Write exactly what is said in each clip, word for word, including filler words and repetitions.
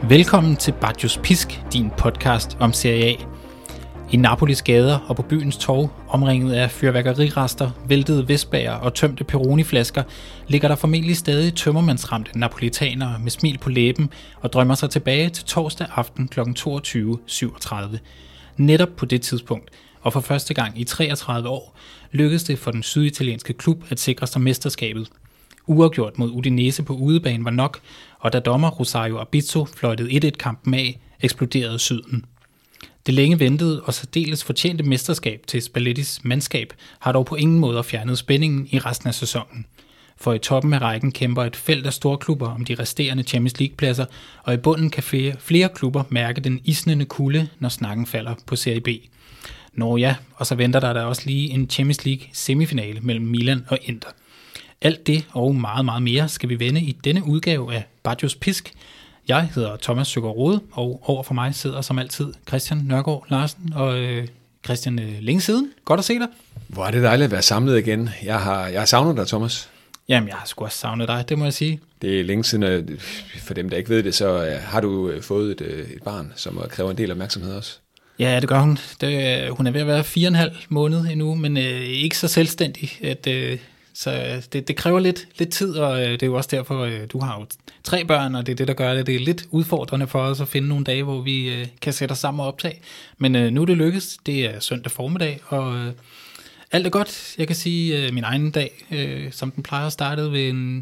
Velkommen til Bajos Pisk, din podcast om Serie A. I Napolis gader og på byens torv, omringet af fyrværkerirester, væltede vestbager og tømte Peroni-flasker, ligger der formentlig stadig tømmermandsramte napolitanere med smil på læben og drømmer sig tilbage til torsdag aften kl. toogtyve syvogtredive. Netop på det tidspunkt, og for første gang i treogtredive år, lykkedes det for den syditalienske klub at sikre sig mesterskabet. Uafgjort mod Udinese på udebane var nok, og da dommer Rosario Abizzo fløjtede et-et-kampen af, eksploderede syden. Det længe ventede og særdeles fortjente mesterskab til Spallettis mandskab har dog på ingen måde fjernet spændingen i resten af sæsonen. For i toppen af rækken kæmper et felt af store klubber om de resterende Champions League-pladser, og i bunden kan flere, flere klubber mærke den isnende kulde, når snakken falder på Serie B. Nå ja, og så venter der da også lige en Champions League semifinale mellem Milan og Inter. Alt det og meget, meget mere skal vi vende i denne udgave af Bajos Pisk. Jeg hedder Thomas Søgaard Rode, og over for mig sidder som altid Christian Nørgaard Larsen. Og øh, Christian, øh, længe siden. Godt at se dig. Hvor er det dejligt at være samlet igen. Jeg har, jeg har savnet dig, Thomas. Jamen, jeg har sgu også savnet dig, det må jeg sige. Det er længe siden, for dem, der ikke ved det, så har du fået et, et barn, som kræver en del opmærksomhed også. Ja, det gør hun. Det, hun er ved at være fire og en halv måned endnu, men øh, ikke så selvstændig, at... Øh, Så det, det kræver lidt, lidt tid, og det er jo også derfor, du har jo tre børn, og det er det, der gør det. Det er lidt udfordrende for os at finde nogle dage, hvor vi kan sætte os sammen og optage. Men nu er det lykkes. Det er søndag formiddag, og alt er godt. Jeg kan sige, at min egen dag, som den plejer, startede ved en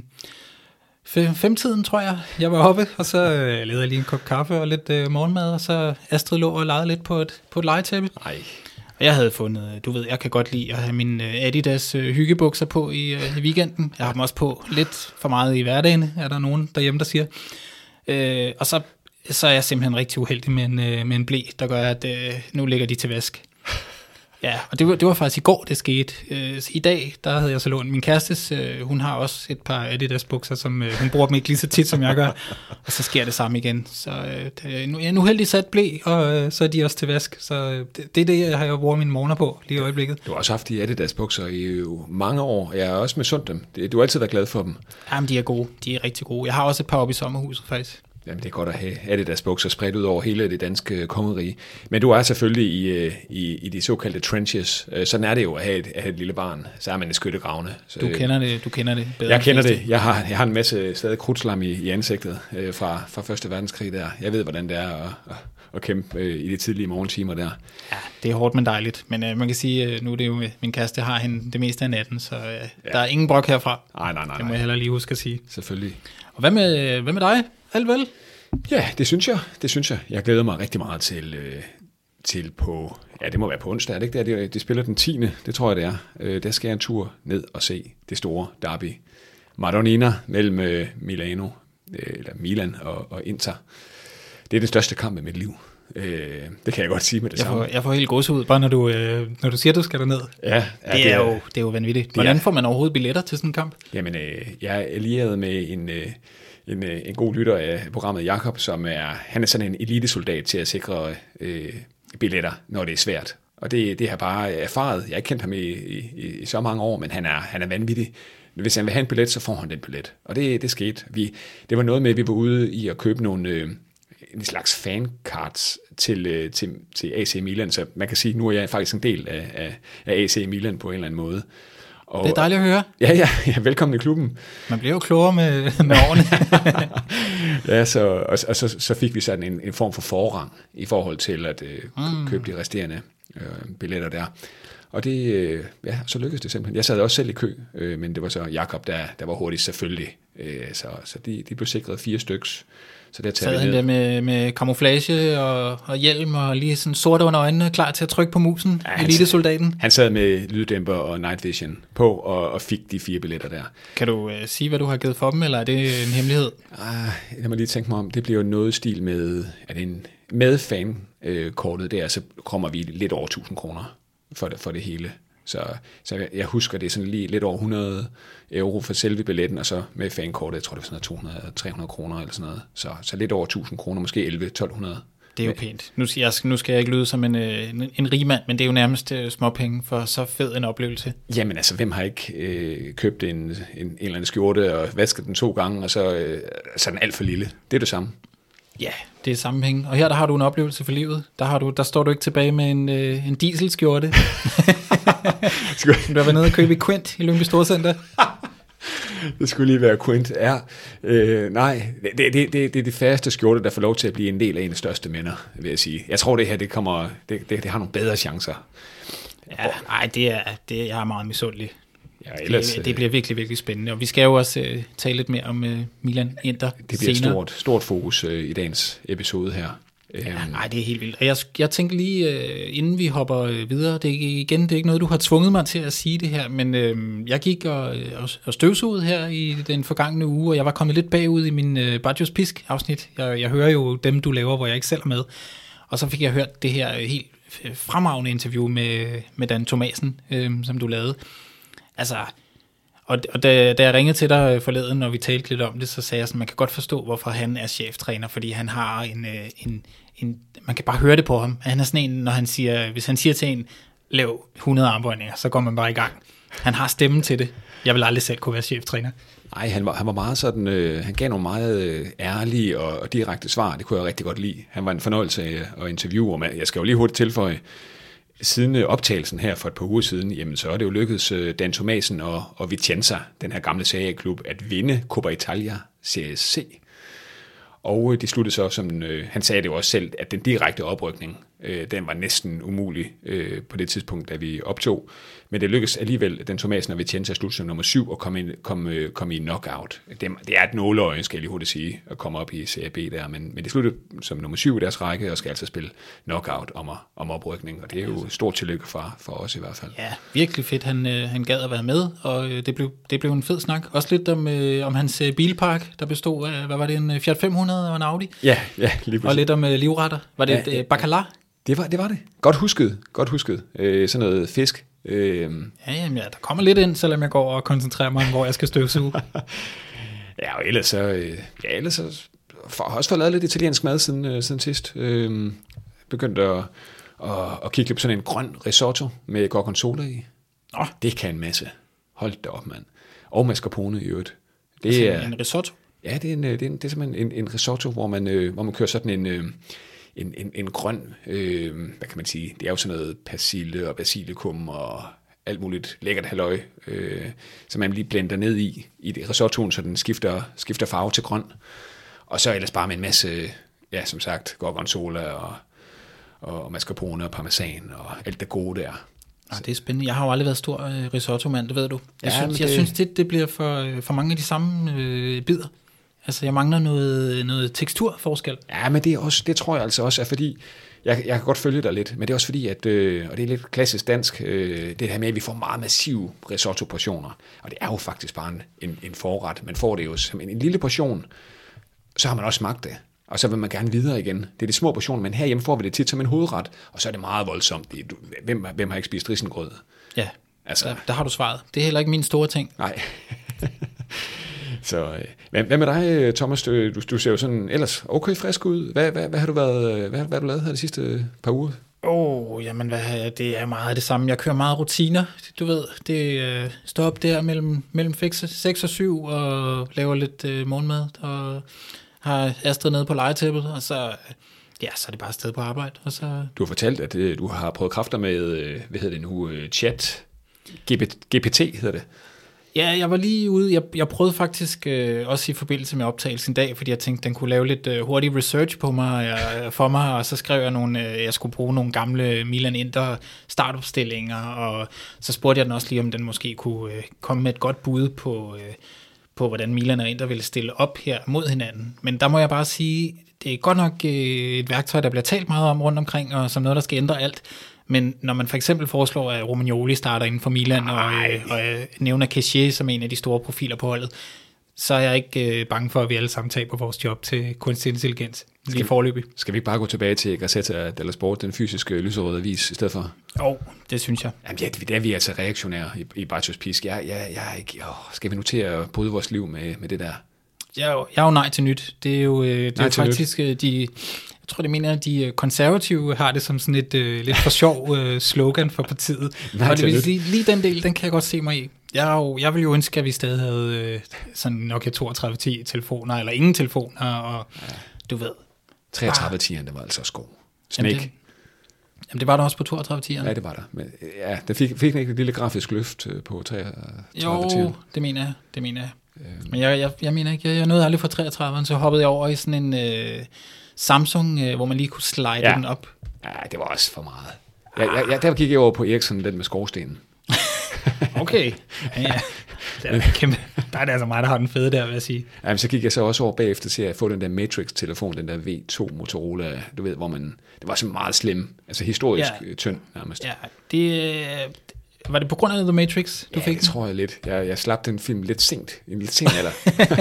femtiden, tror jeg. Jeg var oppe, og så lavede jeg lige en kop kaffe og lidt morgenmad, og så Astrid lå og legede lidt på et, på et legetæppe. Nej. Og jeg havde fundet, du ved, jeg kan godt lide at have mine Adidas hyggebukser på i, i weekenden. Jeg har dem også på lidt for meget i hverdagen, er der nogen derhjemme, der siger. Øh, og så, så er jeg simpelthen rigtig uheldig med en, med en ble, der gør, at øh, nu ligger de til vask. Ja, og det var, det var faktisk i går, det skete. Øh, I dag, der havde jeg så lånt min kærestes. Øh, hun har også et par Adidas bukser, som øh, hun bruger dem ikke lige så tit, som jeg gør. Og så sker det samme igen. Så øh, nu, jeg er nu heldig sat ble, og øh, så er de også til vask. Så øh, det, det er det, jeg har jo brugt mine morgener på lige i øjeblikket. Du har også haft de Adidas bukser i jo mange år. Jeg har også misundt dem. Du har altid været glad for dem. Jamen, de er gode. De er rigtig gode. Jeg har også et par oppe i sommerhuset, faktisk. Jamen, det er godt at have Adidas bukser spredt ud over hele det danske kongerige. Men du er selvfølgelig i, i, i de såkaldte trenches. Sådan er det jo at have et, at have et lille barn. Så er man i skyttegravene. Så, du kender det, du kender det bedre. Jeg kender det. Jeg har, jeg har en masse stadig krudtslam i, i ansigtet øh, fra, fra første verdenskrig der. Jeg ved, hvordan det er at, at, at kæmpe øh, i de tidlige morgentimer der. Ja, det er hårdt, men dejligt. Men øh, man kan sige, øh, nu er det jo min kæreste, har hende det meste af natten, så øh, ja. Der er ingen brok herfra. Nej, nej, nej. Det må jeg heller lige huske at sige. Selvfølgelig. Og hvad med, hvad med dig? Alt vel? Ja, det synes jeg. Det synes jeg. Jeg glæder mig rigtig meget til, øh, til på, ja, det må være på onsdag, er det ikke det? De, de spiller den tiende, det tror jeg, det er. Øh, der skal jeg en tur ned og se det store derby. Madonnina mellem øh, Milano, øh, eller Milan og, og Inter. Det er den største kamp i mit liv. Øh, det kan jeg godt sige med det jeg samme. Får, jeg får helt gåsehud, bare når du, øh, når du siger, at du skal derned. Ja, ja, det, det, er jo, det er jo vanvittigt. Hvordan får man overhovedet billetter til sådan en kamp? Jamen, øh, jeg er allieret med en... Øh, En, en god lytter af programmet, Jakob, som er, han er sådan en elitesoldat til at sikre øh, billetter, når det er svært. Og det, det har jeg bare erfaret. Jeg har ikke kendt ham i, i, i så mange år, men han er, han er vanvittig. Hvis han vil have en billet, så får han den billet. Og det, det skete. Vi, det var noget med, at vi var ude i at købe nogle øh, en slags fancards til, øh, til, til A C Milan. Så man kan sige, at nu er jeg faktisk en del af, af, af A C Milan på en eller anden måde. Og, det er dejligt at høre. Ja, ja, ja, velkommen i klubben. Man bliver jo klogere med, med årene. Ja, så, og, og så, så fik vi sådan en, en form for forrang i forhold til at øh, mm. købe de resterende øh, billetter der. Og det, øh, ja, så lykkedes det simpelthen. Jeg sad også selv i kø, øh, men det var så Jakob, der, der var hurtigt selvfølgelig. Øh, så så de, de blev sikret fire styks. Så der tager sad han der med, med camouflage og, og hjelm og lige sådan sort under øjnene, klar til at trykke på musen, ja, elitesoldaten. Han, han sad med lyddæmper og night vision på og, og fik de fire billetter der. Kan du øh, sige, hvad du har givet for dem, eller er det en hemmelighed? Ah, jeg må lige tænke mig om, det bliver jo noget stil med, at en, med fan-kortet der, så kommer vi lidt over tusind kroner for det, for det hele. Så, så jeg husker, det er sådan lige lidt over hundrede euro for selve billetten, og så med fankortet, jeg tror det var sådan noget to hundrede til tre hundrede kroner eller sådan noget. Så, så lidt over tusind kroner, måske elleve til tolv hundrede. Det er jo pænt. Nu skal jeg, nu skal jeg ikke lyde som en, en, en rig mand, men det er jo nærmest småpenge for så fed en oplevelse. Jamen altså, hvem har ikke øh, købt en, en, en eller anden skjorte og vasket den to gange, og så, øh, så er den alt for lille. Det er det samme. Ja, det er sammenhæng. Og her der har du en oplevelse for livet. Der, har du, der står du ikke tilbage med en, øh, en dieselskjorte. Du har været nede og købe i Quint i Lyngby Storcenter. Det skulle lige være Quint. Ja, øh, nej, det, det, det, det er det færreste skjorte, der får lov til at blive en del af en af de største minder, vil jeg sige. Jeg tror, det her det kommer, det, det, det har nogle bedre chancer. Ja, nej, det er, det er jeg er meget misundelig. Ja, ellers, det, det bliver virkelig, virkelig spændende. Og vi skal jo også uh, tale lidt mere om uh, Milan Inter det bliver et stort, stort fokus uh, i dagens episode her. Ja, nej, det er helt vildt. Og jeg, jeg tænker lige, uh, inden vi hopper uh, videre, det er igen, det er ikke noget, du har tvunget mig til at sige det her, men uh, jeg gik og, og, og støvsugede her i den forgangne uge, og jeg var kommet lidt bagud i min uh, Bajos Pisk afsnit. Jeg, jeg hører jo dem, du laver, hvor jeg ikke selv er med. Og så fik jeg hørt det her helt fremragende interview med, med Dan Thomasen, uh, som du lavede. Altså, og, og da, da jeg ringede til dig forleden, og vi talte lidt om det, så sagde jeg sådan, man kan godt forstå, hvorfor han er cheftræner, fordi han har en, en, en man kan bare høre det på ham. Han er sådan en, når han siger, hvis han siger til en, lav hundrede armbøjninger, så går man bare i gang. Han har stemmen til det. Jeg vil aldrig selv kunne være cheftræner. Nej, han var, han var meget sådan, øh, han gav nogle meget øh, ærlige og, og direkte svar, det kunne jeg rigtig godt lide. Han var en fornøjelse at interviewe, og jeg skal jo lige hurtigt tilføje, siden optagelsen her for et par uger siden, jamen så er det jo lykkedes Dan Thomasen og, og Vicenza, den her gamle Serie A-klub, at vinde Coppa Italia Serie C. Og de sluttede så, som øh, han sagde det jo også selv, at den direkte oprykning, øh, den var næsten umulig øh, på det tidspunkt, da vi optog. Men det lykkedes alligevel, Dan Thomasen og Vicenza slutte som nummer syv og kom, ind, kom, øh, kom i knockout. Det, det er et nåleøje, skal jeg lige hurtigt sige, at komme op i Serie B der, men, men det sluttede som nummer syv i deres række, og skal altså spille knockout om, om oprykning, og det er jo et stort tillykke for, for os i hvert fald. Ja, virkelig fedt, han, øh, han gad at være med, og øh, det, blev, det blev en fed snak. Også lidt om, øh, om hans øh, bilpark, der bestod af, hvad var det, en Fiat fem hundrede og en Audi? Ja, ja, lige præcis. Og lidt om øh, livretter. Var det ja, et øh, bacala? Det var, det var det. Godt husket, godt husket. Øh, sådan noget fisk. Øh. Ja, jamen, ja, der kommer lidt ind, selvom jeg går og koncentrerer mig om, hvor jeg skal støvsuge. Ja, og ellers så, øh, ja, ellers så for, har også fået lavet lidt italiensk mad siden, øh, siden sidst. Øh, begyndt at, at, at kigge lidt på sådan en grøn risotto med gorgonzola i. Oh, det kan en masse. Hold da op, mand. Og mascarpone i øvrigt. Det altså er en risotto? Ja, det er, en, det er, en, det er simpelthen en, en risotto, hvor man, øh, hvor man kører sådan en... Øh, En, en, en grøn, øh, hvad kan man sige, det er jo sådan noget persille og basilikum og alt muligt lækkert halløj, øh, som man lige blender ned i, i det risottoen, så den skifter, skifter farve til grøn. Og så ellers bare med en masse, ja, som sagt, gorgonzola og, og mascarpone og parmesan og alt det gode der. Ah, det er spændende. Jeg har jo aldrig været stor øh, risotto-mand, det ved du. Jeg ja, synes, det... jeg synes det, det bliver for, for mange af de samme øh, bidder. Altså, jeg mangler noget, noget teksturforskel. Ja, men det, er også, det tror jeg altså også er fordi, jeg, jeg kan godt følge dig lidt, men det er også fordi, at, øh, og det er lidt klassisk dansk, øh, det her med, at vi får meget massive risotto-portioner, og det er jo faktisk bare en, en, en forret. Man får det jo som en, en lille portion, så har man også smagt det, og så vil man gerne videre igen. Det er de små portioner, men herhjemme får vi det tit som en hovedret, og så er det meget voldsomt. Det, du, hvem, hvem har ikke spist risengrød? Ja, altså. der, der har du svaret. Det er heller ikke min store ting. Nej. Så, hvad, hvad med dig, Thomas? Du, du ser jo sådan ellers okay frisk ud. Hvad, hvad, hvad har du været, hvad, hvad har du lavet her de sidste par uger? Åh, oh, jamen, hvad, det er meget det samme. Jeg kører meget rutiner, du ved. Det øh, står op der mellem, mellem seks og syv og laver lidt øh, morgenmad, og har Astrid nede på legetæppet, og så, ja, så er det bare afsted på arbejde. Og så... Du har fortalt, at øh, du har prøvet kræfter med, øh, hvad hedder det nu, øh, chat, G P T hedder det. Ja, jeg var lige ude. Jeg, jeg prøvede faktisk øh, også i forbindelse med optagelsen i dag, fordi jeg tænkte, den kunne lave lidt øh, hurtig research på mig, jeg, for mig, og så skrev jeg, nogle, øh, jeg skulle bruge nogle gamle Milan Inter startopstillinger, og så spurgte jeg den også lige, om den måske kunne øh, komme med et godt bud på, øh, på, hvordan Milan og Inter ville stille op her mod hinanden. Men der må jeg bare sige, det er godt nok øh, et værktøj, der bliver talt meget om rundt omkring, og som noget, der skal ændre alt. Men når man for eksempel foreslår, at Romagnoli starter inden for Milan, og, og, og nævner Kessie som en af de store profiler på holdet, så er jeg ikke øh, bange for, at vi alle sammen taber vores job til kunstig intelligens lige forløbig. Skal vi ikke bare gå tilbage til Gazzetta dello Sport, den fysiske lyserøde avis, i stedet for? Jo, oh, det synes jeg. Jamen, ja, det er vi altså reaktionære i, i Bajos Pisk. Jeg, jeg, jeg er ikke, åh, skal vi nu til at bryde vores liv med, med det der? Jeg er, jo, jeg er jo nej til nyt. Det er jo, det er jo faktisk nyt. de... Jeg tror, det mener, at de konservative har det som sådan et uh, lidt for sjov uh, slogan for partiet. Nej, og det vil sige, lige den del, den kan jeg godt se mig i. Jeg, jo, jeg vil jo ønske, at vi stadig havde uh, sådan Nokia toogtredive ti telefoner, eller ingen telefoner, og ja. Du ved, treogtredive tieren, det var altså også god. Snake. Jamen det, jamen det var der også på toogtredive tieren. Ja, det var der. Men ja, det fik, fik ikke et lille grafisk løft på treogtredive tieren. Jo, det mener jeg. Det mener jeg. Øhm. Men jeg, jeg, jeg mener ikke, jeg, jeg nåede aldrig fra treogtredive, så hoppede jeg over i sådan en øh, Samsung, øh, hvor man lige kunne slide ja. den op. Ja, det var også for meget. Jeg, jeg, jeg, der gik jeg over på Ericsson, den med skorstenen. Okay. Ja, ja. Det er kæmpe. Der er det altså mig, der har den fede der, vil jeg sige. Ja, men så gik jeg så også over bagefter til at få den der Matrix-telefon, den der V to Motorola, du ved, hvor man, det var så meget slem, altså historisk ja. tynd nærmest. Ja, det, var det på grund af The Matrix, du ja, fik det den? tror jeg lidt. Jeg, jeg slap den film lidt sent, en lidt sen alder.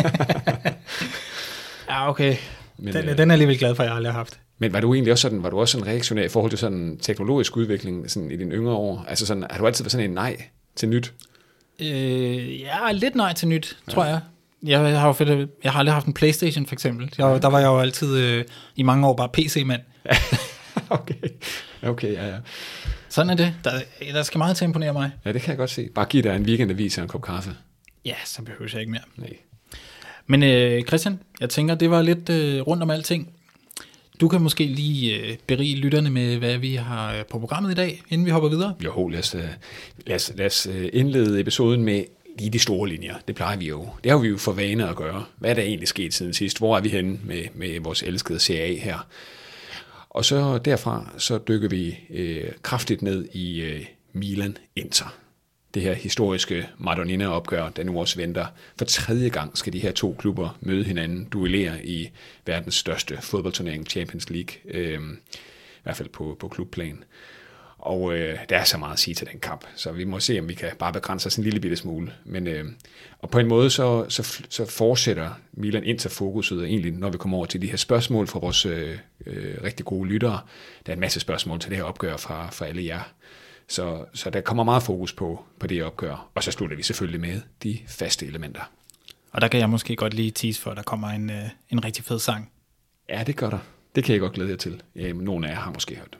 Ja, okay. Men, den, øh, den er alligevel glad for, at jeg aldrig har haft. Men var du egentlig også sådan, var du også sådan reaktionær i forhold til sådan teknologisk udvikling sådan i dine yngre år? Altså sådan, har du altid været sådan en nej til nyt? Øh, ja, lidt nej til nyt, ja. tror jeg. Jeg har jo fedt, jeg har aldrig haft en PlayStation for eksempel. Jeg, der var jeg jo altid øh, i mange år bare P C-mand. okay, okay, ja, ja. Sådan er det. Der, der skal meget til at imponere mig. Ja, det kan jeg godt se. Bare giv dig en weekendavis og en kop kaffe. Ja, så behøver jeg ikke mere. Nej. Men øh, Christian, jeg tænker, det var lidt øh, rundt om alting. Du kan måske lige øh, berige lytterne med, hvad vi har på programmet i dag, inden vi hopper videre. Jo, lad os, lad os, lad os indlede episoden med lige de store linjer. Det plejer vi jo. Det har vi jo for vane at gøre. Hvad er der egentlig sket siden sidst? Hvor er vi henne med, med vores elskede Serie A her? Og så derfra, så dykker vi øh, kraftigt ned i øh, Milan-Inter. Det her historiske Madonnina-opgør, der nu også venter. For tredje gang skal de her to klubber møde hinanden, duellere i verdens største fodboldturnering, Champions League, øh, i hvert fald på, på klubplan. Og øh, der er så meget at sige til den kamp, så vi må se, om vi kan bare begrænse os en lille bitte smule. Men, øh, og på en måde, så, så, så fortsætter Milan Inter fokuset egentlig, når vi kommer over til de her spørgsmål fra vores øh, øh, rigtig gode lyttere. Der er en masse spørgsmål til det her opgør fra, fra alle jer. Så, så der kommer meget fokus på, på det opgør, og så slutter vi selvfølgelig med de faste elementer. Og der kan jeg måske godt lige tease for, at der kommer en, øh, en rigtig fed sang. Ja, det gør der. Det kan jeg godt glæde jer til. Ja, nogle af jer har måske hørt det.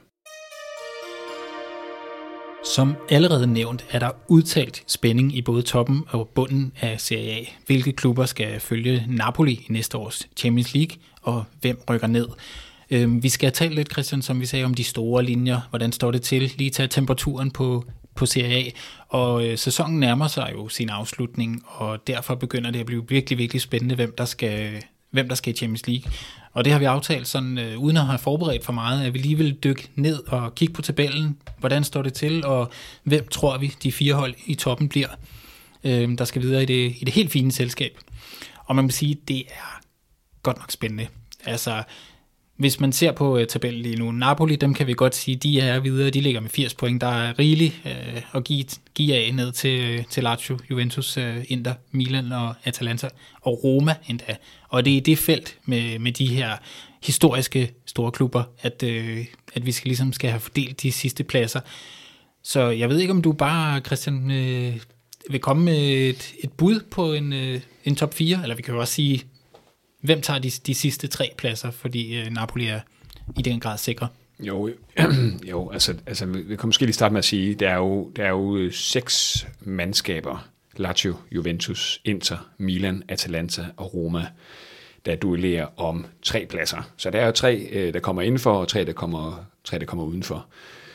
Som allerede nævnt er der udtalt spænding i både toppen og bunden af Serie A. Hvilke klubber skal følge Napoli i næste års Champions League, og hvem rykker ned? Vi skal tale lidt, Christian, som vi sagde, om de store linjer. Hvordan står det til? Lige tage temperaturen på, på Serie A. Og øh, sæsonen nærmer sig jo sin afslutning, og derfor begynder det at blive virkelig, virkelig spændende, hvem der skal, hvem der skal i Champions League. Og det har vi aftalt sådan, øh, uden at have forberedt for meget, at vi lige vil dykke ned og kigge på tabellen. Hvordan står det til, og hvem tror vi, de fire hold i toppen bliver, øh, der skal videre i det, i det helt fine selskab. Og man må sige, det er godt nok spændende. Altså, hvis man ser på uh, tabellen lige nu, Napoli, dem kan vi godt sige, de er videre, de ligger med firs point. Der er rigeligt uh, at give, give af ned til, til Lazio, Juventus, uh, Inter, Milan og Atalanta og Roma endda. Og det er i det felt med, med de her historiske store klubber, at, uh, at vi skal ligesom skal have fordelt de sidste pladser. Så jeg ved ikke, om du bare, Christian, uh, vil komme med et, et bud på en, uh, en top fire, eller vi kan jo også sige, hvem tager de, de sidste tre pladser, fordi øh, Napoli er i den grad sikre? Jo, jo altså, altså vi kan måske lige starte med at sige, der er jo, der er jo seks mandskaber, Lazio, Juventus, Inter, Milan, Atalanta og Roma, der duellerer om tre pladser. Så der er jo tre, der kommer indenfor, og tre, der kommer, tre, der kommer udenfor.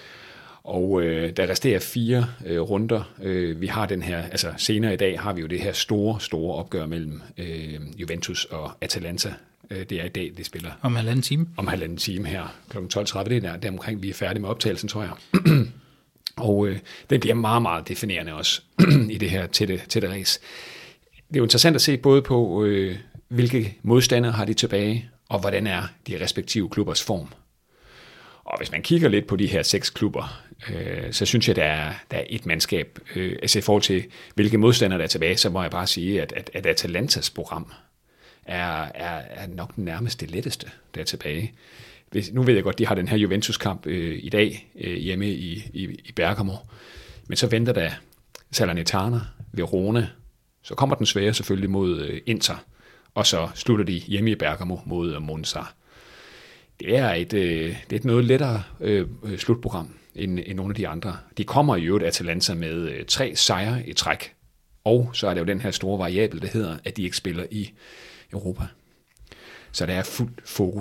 Og øh, der resterer fire øh, runder. Øh, vi har den her, altså senere i dag har vi jo det her store, store opgør mellem øh, Juventus og Atalanta. Øh, det er i dag, det spiller. Om halvanden time? Om halvanden time her, klokken tolv tredive. Det er der, der omkring, vi er færdige med optagelsen, tror jeg. Og øh, det bliver meget, meget definerende også i det her tætte, tætte race. Det er jo interessant at se både på, øh, hvilke modstandere har de tilbage, og hvordan er de respektive klubbers form. Og hvis man kigger lidt på de her seks klubber, øh, så synes jeg, der er, der er et mandskab. Øh, altså i forhold til, hvilke modstandere der er tilbage, så må jeg bare sige, at, at, at Atalantas program er, er, er nok den nærmeste letteste, der er tilbage. Hvis, nu ved jeg godt, de har den her Juventus-kamp øh, i dag øh, hjemme i, i, i Bergamo. Men så venter der Salernitana, Verona. Så kommer den svære selvfølgelig mod øh, Inter. Og så slutter de hjemme i Bergamo mod øh, Monza. Det er et, øh, det er et noget lettere øh, slutprogram end, end nogle af de andre. De kommer i øvrigt Atalanta med øh, tre sejre i træk. Og så er det jo den her store variabel, der hedder, at de ikke spiller i Europa. Så der er fuld fokus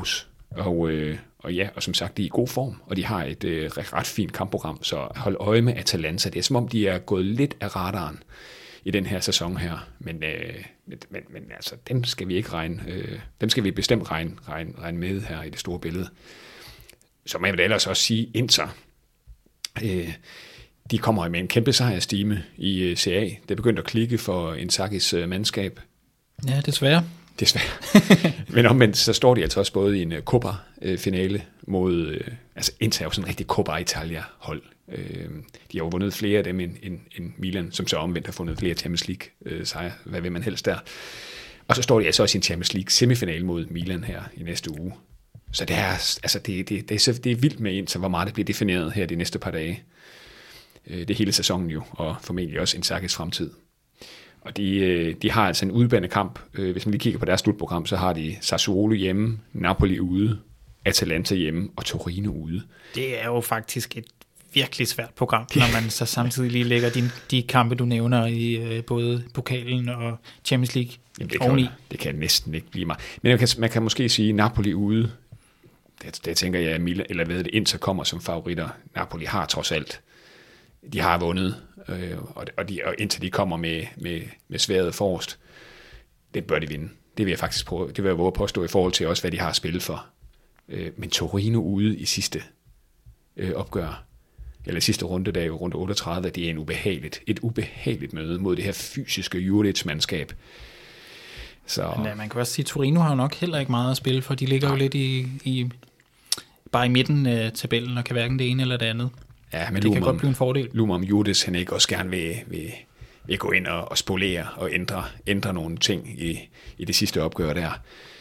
Og, øh, og ja, og som sagt, de er i god form, og de har et øh, ret fint kampprogram, så hold øje med Atalanta. Det er som om, de er gået lidt af radaren i den her sæson her, men, øh, men, men altså, dem skal vi ikke regne, øh, dem skal vi bestemt regne, regne, regne med her i det store billede. Så man vil ellers også sige, Inter, øh, de kommer med en kæmpe sejrstime i øh, C A. Det er begyndt at klikke for Inzagis øh, mandskab. Ja, desværre. Desværre. Men omvendt, så står de altså også både i en uh, Coppa-finale mod, uh, altså Inter er jo sådan en rigtig Coppa Italia-hold. Uh, de har jo vundet flere af dem end, end, end Milan, som så omvendt har fundet flere Champions League-sejre. Uh, Hvad vil man helst der? Og så står de altså også i en Champions League-semifinale mod Milan her i næste uge. Så det er, altså det, det, det, er, så, det er vildt med Inter, hvor meget det bliver defineret her de næste par dage. Uh, det er hele sæsonen jo, og formentlig også Inzagis fremtid. Og de, de har altså en udbanekamp. Hvis man lige kigger på deres slutprogram, så har de Sassuolo hjemme, Napoli ude, Atalanta hjemme og Torino ude. Det er jo faktisk et virkelig svært program, når man så samtidig lige lægger de, de kampe, du nævner i både pokalen og Champions League. Jamen, det, kan, det kan næsten ikke blive meget. Men man kan, man kan måske sige Napoli ude. Det, det tænker jeg, Milan, eller ved det, Inter kommer som favoritter. Napoli har trods alt. De har vundet, øh, og, de, og indtil de kommer med, med, med sværet forrest, det bør de vinde. Det vil jeg faktisk prøve, det vil jeg våge at påstå i forhold til også, hvad de har spillet for. Øh, men Torino ude i sidste øh, opgør, eller sidste runde, der er jo runde otteogtredive, det er en ubehageligt, et ubehageligt møde mod det her fysiske Juric-mandskab. Så... Men, man kan også sige, at Torino har jo nok heller ikke meget at spille for. De ligger Nej. jo lidt i, i bare i midten af tabellen, og kan hverken det ene eller det andet. Ja, men det Lumen, kan godt blive en fordel. Lumen om Judas, han ikke også gerne vil, vil, vil gå ind og, og spolere og ændre, ændre nogle ting i, i det sidste opgør der.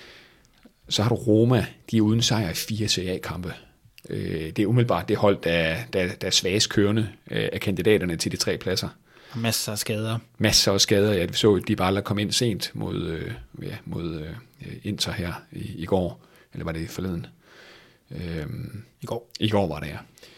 Så har du Roma, de er uden sejr i fire C A-kampe. Det er umiddelbart det hold, der, der, der er svagest kørende af kandidaterne til de tre pladser. Og masser af skader. Masser af skader, ja. Vi så, at de bare kom ind sent mod, ja, mod Inter her i, i går. Eller var det forleden? Øhm, I går. I går var det, ja.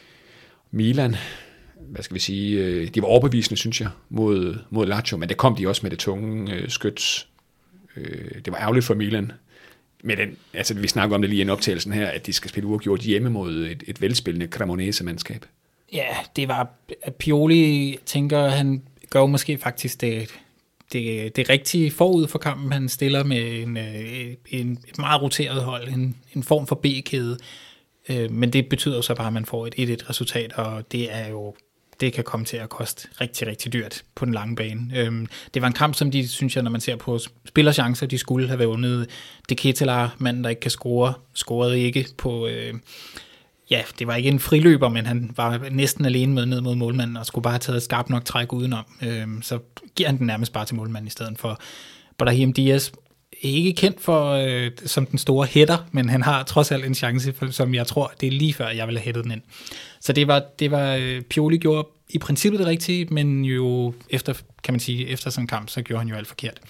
Milan, hvad skal vi sige, de var overbevisende, synes jeg, mod, mod Lazio, men der kom de også med det tunge øh, skyts. Øh, det var ærgerligt for Milan. Med den, altså, vi snakker om det lige i en optagelsen her, at de skal spille uafgjort hjemme mod et, et velspillende Cremonese-mandskab. Ja, det var Pioli, tænker han, gør måske faktisk det, det, det rigtige forud for kampen. Han stiller med en, en, et meget roteret hold, en, en form for B-kæde. Men det betyder jo så bare, at man får et et et resultat, og det er jo, det kan komme til at koste rigtig, rigtig dyrt på den lange bane. Det var en kamp, som de, synes jeg, når man ser på spillerchancer, de skulle have vundet. De Ketelaar, manden, der ikke kan score, scorede ikke på... Øh, ja, det var ikke en friløber, men han var næsten alene med ned mod målmanden, og skulle bare have taget et skarpt nok træk udenom. Øh, så giver han den nærmest bare til målmanden i stedet for. Brahim Diaz, ikke kendt for øh, som den store hætter, men han har trods alt en chance, for, som jeg tror, det er lige før, jeg ville have hættet den ind. Så det var, det var øh, Pioli gjorde i princippet det rigtige, men jo efter, kan man sige, efter sådan en kamp, så gjorde han jo alt forkert.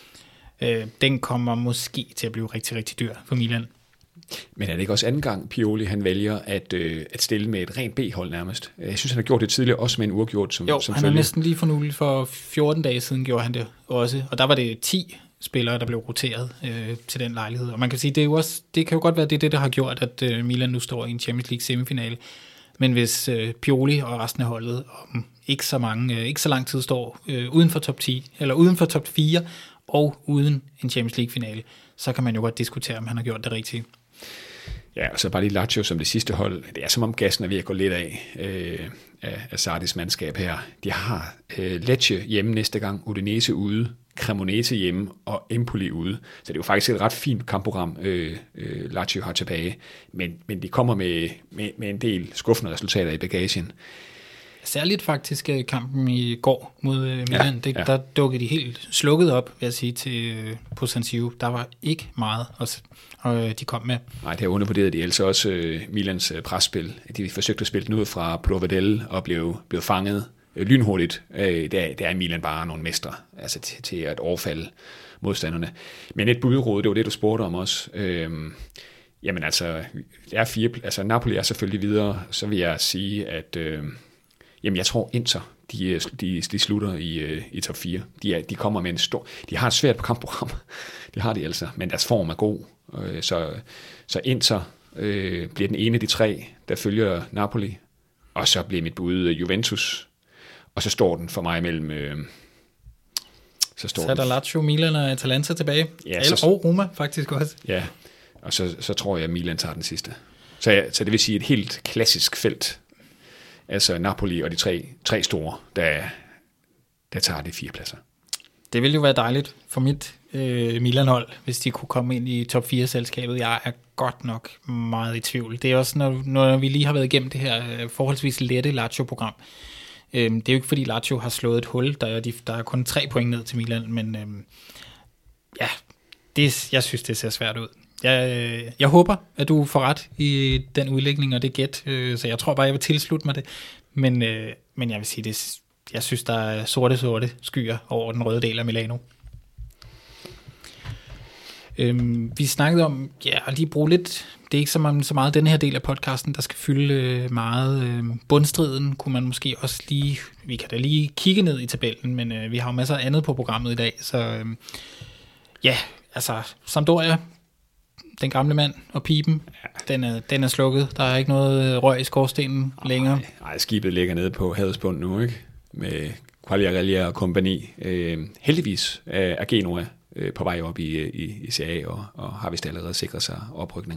Øh, den kommer måske til at blive rigtig, rigtig dyr for Milan. Men er det ikke også anden gang, Pioli han vælger at, øh, at stille med et rent B-hold nærmest? Jeg synes, han har gjort det tidligere, også med en uafgjort som, jo, som han følge. har næsten lige for nylig, for fjorten dage siden gjorde han det også, og der var det ti spillere, der blev roteret øh, til den lejlighed. Og man kan sige, det, er jo også, det kan jo godt være, det er det, der har gjort, at øh, Milan nu står i en Champions League semifinale. Men hvis øh, Pioli og resten af holdet om ikke så mange, øh, ikke så lang tid står øh, uden for top ti, eller uden for top fire, og uden en Champions League finale, så kan man jo godt diskutere, om han har gjort det rigtige. Ja, og så bare lige Lazio som det sidste hold. Det er som om gassen er ved at gå lidt af øh, af, af Sardis mandskab her. De har øh, Lecce hjemme næste gang, Udinese ude, Cremonese hjemme og Empoli ude. Så det er jo faktisk et ret fint kampprogram, øh, øh, Lazio har tilbage. Men, men de kommer med, med, med en del skuffende resultater i bagagen. Særligt faktisk kampen i går mod Milan, ja, det, ja. der dukkede de helt slukket op, vil jeg sige, til, på San Siro. Der var ikke meget, og, og de kom med. Nej, det har undervurderet de altså også uh, Milans uh, presspil. De forsøgte at spille den ud fra Provedel og blev, blev fanget uh, lynhurtigt. Uh, der, der er Milan bare nogle mestre altså til, til at overfalde modstanderne. Men et budråd, det var det, du spurgte om også. Uh, jamen altså, det er fire, altså Napoli er selvfølgelig videre, så vil jeg sige, at... Uh, Jamen, jeg tror Inter, de, de, de slutter i, i top fire. De, er, de kommer med en stor... De har et svært kampprogram. Det har de altså, men deres form er god. Øh, så, så Inter øh, bliver den ene af de tre, der følger Napoli, og så bliver mit bud Juventus, og så står den for mig mellem... Øh, så står så er der Lazio, Milan og Atalanta tilbage. Ja, Eller, så, og Roma faktisk også. Ja, og så, så tror jeg, at Milan tager den sidste. Så, ja, så det vil sige et helt klassisk felt. Altså Napoli og de tre, tre store, der, der tager de fire pladser. Det ville jo være dejligt for mit øh, Milan-hold, hvis de kunne komme ind i top fire-selskabet. Jeg er godt nok meget i tvivl. Det er også, når, når vi lige har været igennem det her øh, forholdsvis lette Lazio-program. Øh, det er jo ikke, fordi Lazio har slået et hul. Der er, de, der er kun tre point ned til Milan, men øh, ja, det, jeg synes, det ser svært ud. Jeg, jeg håber, at du får ret i den udlægning og det gæt, øh, så jeg tror bare, jeg vil tilslutte mig det. Men, øh, men jeg vil sige, det, jeg synes, der er sorte, sorte skyer over den røde del af Milano. Øhm, vi snakkede om, ja, at lige bruge lidt, det er ikke så meget, så meget den her del af podcasten, der skal fylde øh, meget. Øh, bundstriden kunne man måske også lige, vi kan da lige kigge ned i tabellen, men øh, vi har jo masser af andet på programmet i dag, så øh, ja, altså Sampdoria, den gamle mand og pipen, ja. den, er, den er slukket. Der er ikke noget røg i skorstenen Ej, længere. Nej, skibet ligger nede på havets bund nu, ikke? Med Quagliarella og kompagni. Øh, heldigvis er Genoa øh, på vej op i, i, i Serie A, og, og har vist allerede sikret sig oprykning.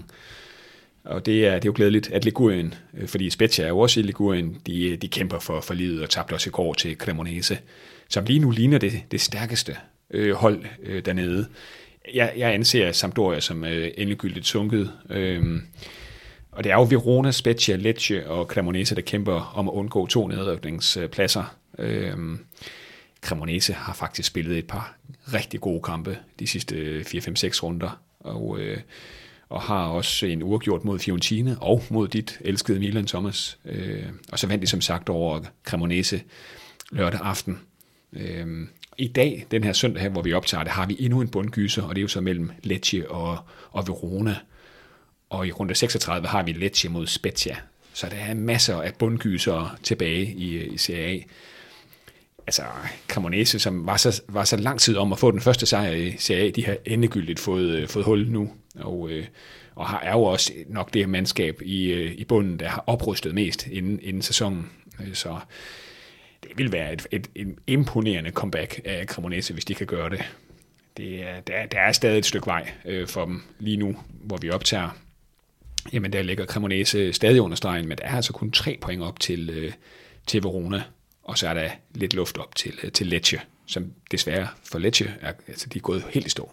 Og det er, det er jo glædeligt, at Ligurien, øh, fordi Spezia er jo også i Ligurien, de, de kæmper for, for livet og tabte også i går til Cremonese, som lige nu ligner det, det stærkeste øh, hold øh, dernede. Jeg, jeg anser Sampdoria som øh, endegyldigt sunket. Øhm, og det er jo Verona, Spezia, Lecce og Cremonese, der kæmper om at undgå to nedrykningspladser. Øhm, Cremonese har faktisk spillet et par rigtig gode kampe de sidste fire fem seks runder, og, øh, og har også en uafgjort mod Fiorentina og mod dit elskede Milan, Thomas. Øh, og så vandt de som sagt over Cremonese lørdag aften. Øh, I dag, den her søndag her, hvor vi optager det, har vi endnu en bundgyser, og det er jo så mellem Lecce og, og Verona. Og i runde seksogtredive har vi Lecce mod Spezia. Så der er masser af bundgyser tilbage i, i Serie A. Altså, Cremonese, som var så, var så lang tid om at få den første sejr i Serie A, de har endegyldigt fået, fået hul nu, og, og har, er jo også nok det mandskab i, i bunden, der har oprustet mest inden, inden sæsonen. Så det vil være et, et, et imponerende comeback af Cremonese, hvis de kan gøre det. det er, der, der er stadig et stykke vej øh, for dem lige nu, hvor vi optager. Jamen, der ligger Cremonese stadig under stregen, men der er altså kun tre point op til, øh, til Verona, og så er der lidt luft op til, øh, til Lecce, som desværre for Lecce er, altså, de er gået helt i stå.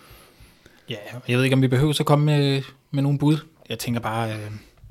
Ja, jeg ved ikke, om vi behøver at komme med, med nogle bud. Jeg tænker bare, øh,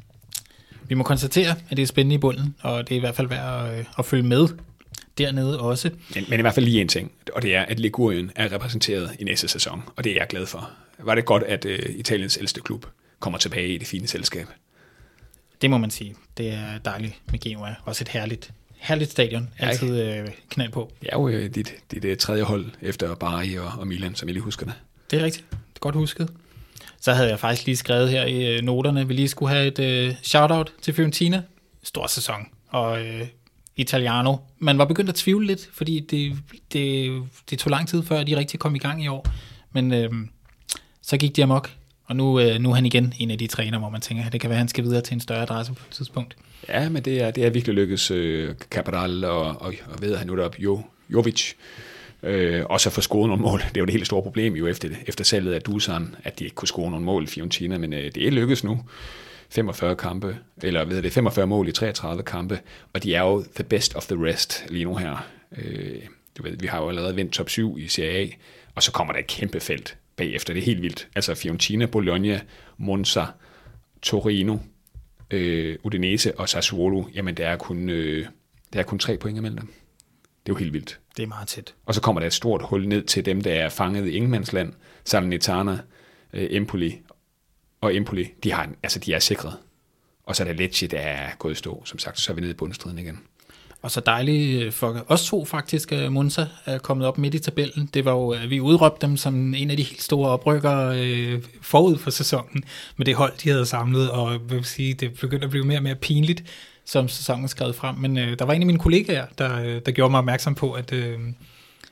vi må konstatere, at det er spændende i bunden, og det er i hvert fald værd at, øh, at følge med dernede også. Men, men i hvert fald lige en ting, og det er, at Ligurien er repræsenteret i næste sæson, og det er jeg glad for. Var det godt, at øh, Italiens ældste klub kommer tilbage i det fine selskab? Det må man sige. Det er dejligt med Genoa. Også et herligt, herligt stadion. Altid øh, knald på. Det er jo øh, dit, dit øh, tredje hold efter Bari og, og Milan, som jeg lige husker det. Det er rigtigt. Det er godt husket. Så havde jeg faktisk lige skrevet her i øh, noterne, vi lige skulle have et øh, shout-out til Fiorentina. Stor sæson. Og øh, Italiano. Man var begyndt at tvivle lidt, fordi det, det, det tog lang tid, før de rigtig kom i gang i år. Men øh, så gik de amok. Og nu, øh, nu er han igen en af de træner, hvor man tænker, at det kan være, at han skal videre til en større adresse på et tidspunkt. Ja, men det er, det er virkelig lykkes øh, Cabral og, og, og ved han nu deroppe, jo, Jovic, øh, også at få scoret nogle mål. Det er jo det helt store problem jo efter, efter salget af Dusan, at de ikke kunne score nogle mål i Fiorentina, men øh, det er lykkes nu. femogfyrre kampe, eller ved det, femogfyrre mål i treogtredive kampe, og de er jo the best of the rest lige nu her. Øh, du ved, vi har jo allerede vendt top syv i Serie A, og så kommer der et kæmpe felt bagefter. Det er helt vildt. Altså Fiorentina, Bologna, Monza, Torino, øh, Udinese og Sassuolo, jamen der er kun, øh, der er kun tre point imellem dem. Det er jo helt vildt. Det er meget tæt. Og så kommer der et stort hul ned til dem, der er fanget i ingenmandsland, Salernitana, øh, Empoli, og Empoli, de, har, altså de er sikret. Og så er der Lecce, der er gået i stå, som sagt, så er vi nede i bundstriden igen. Og så dejligt for os to faktisk, at Monza er kommet op midt i tabellen. Det var jo, vi udråbte dem som en af de helt store oprykkere øh, forud for sæsonen, med det hold, de havde samlet, og jeg vil sige, det begyndte at blive mere og mere pinligt, som sæsonen skrev frem. Men øh, der var en af mine kollegaer, der, der gjorde mig opmærksom på, at, øh,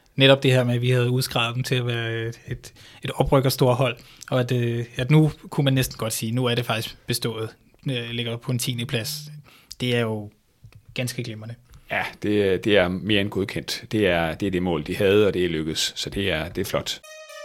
netop det her med, at vi havde udskrevet dem til at være et, et, et oprykkerstorhold, og at, at nu kunne man næsten godt sige, nu er det faktisk bestået, ligger på en tiende plads. Det er jo ganske glimrende. Ja, det, det er mere end godkendt. Det er, det er det mål, de havde, og det er lykkes, så det er, det er flot.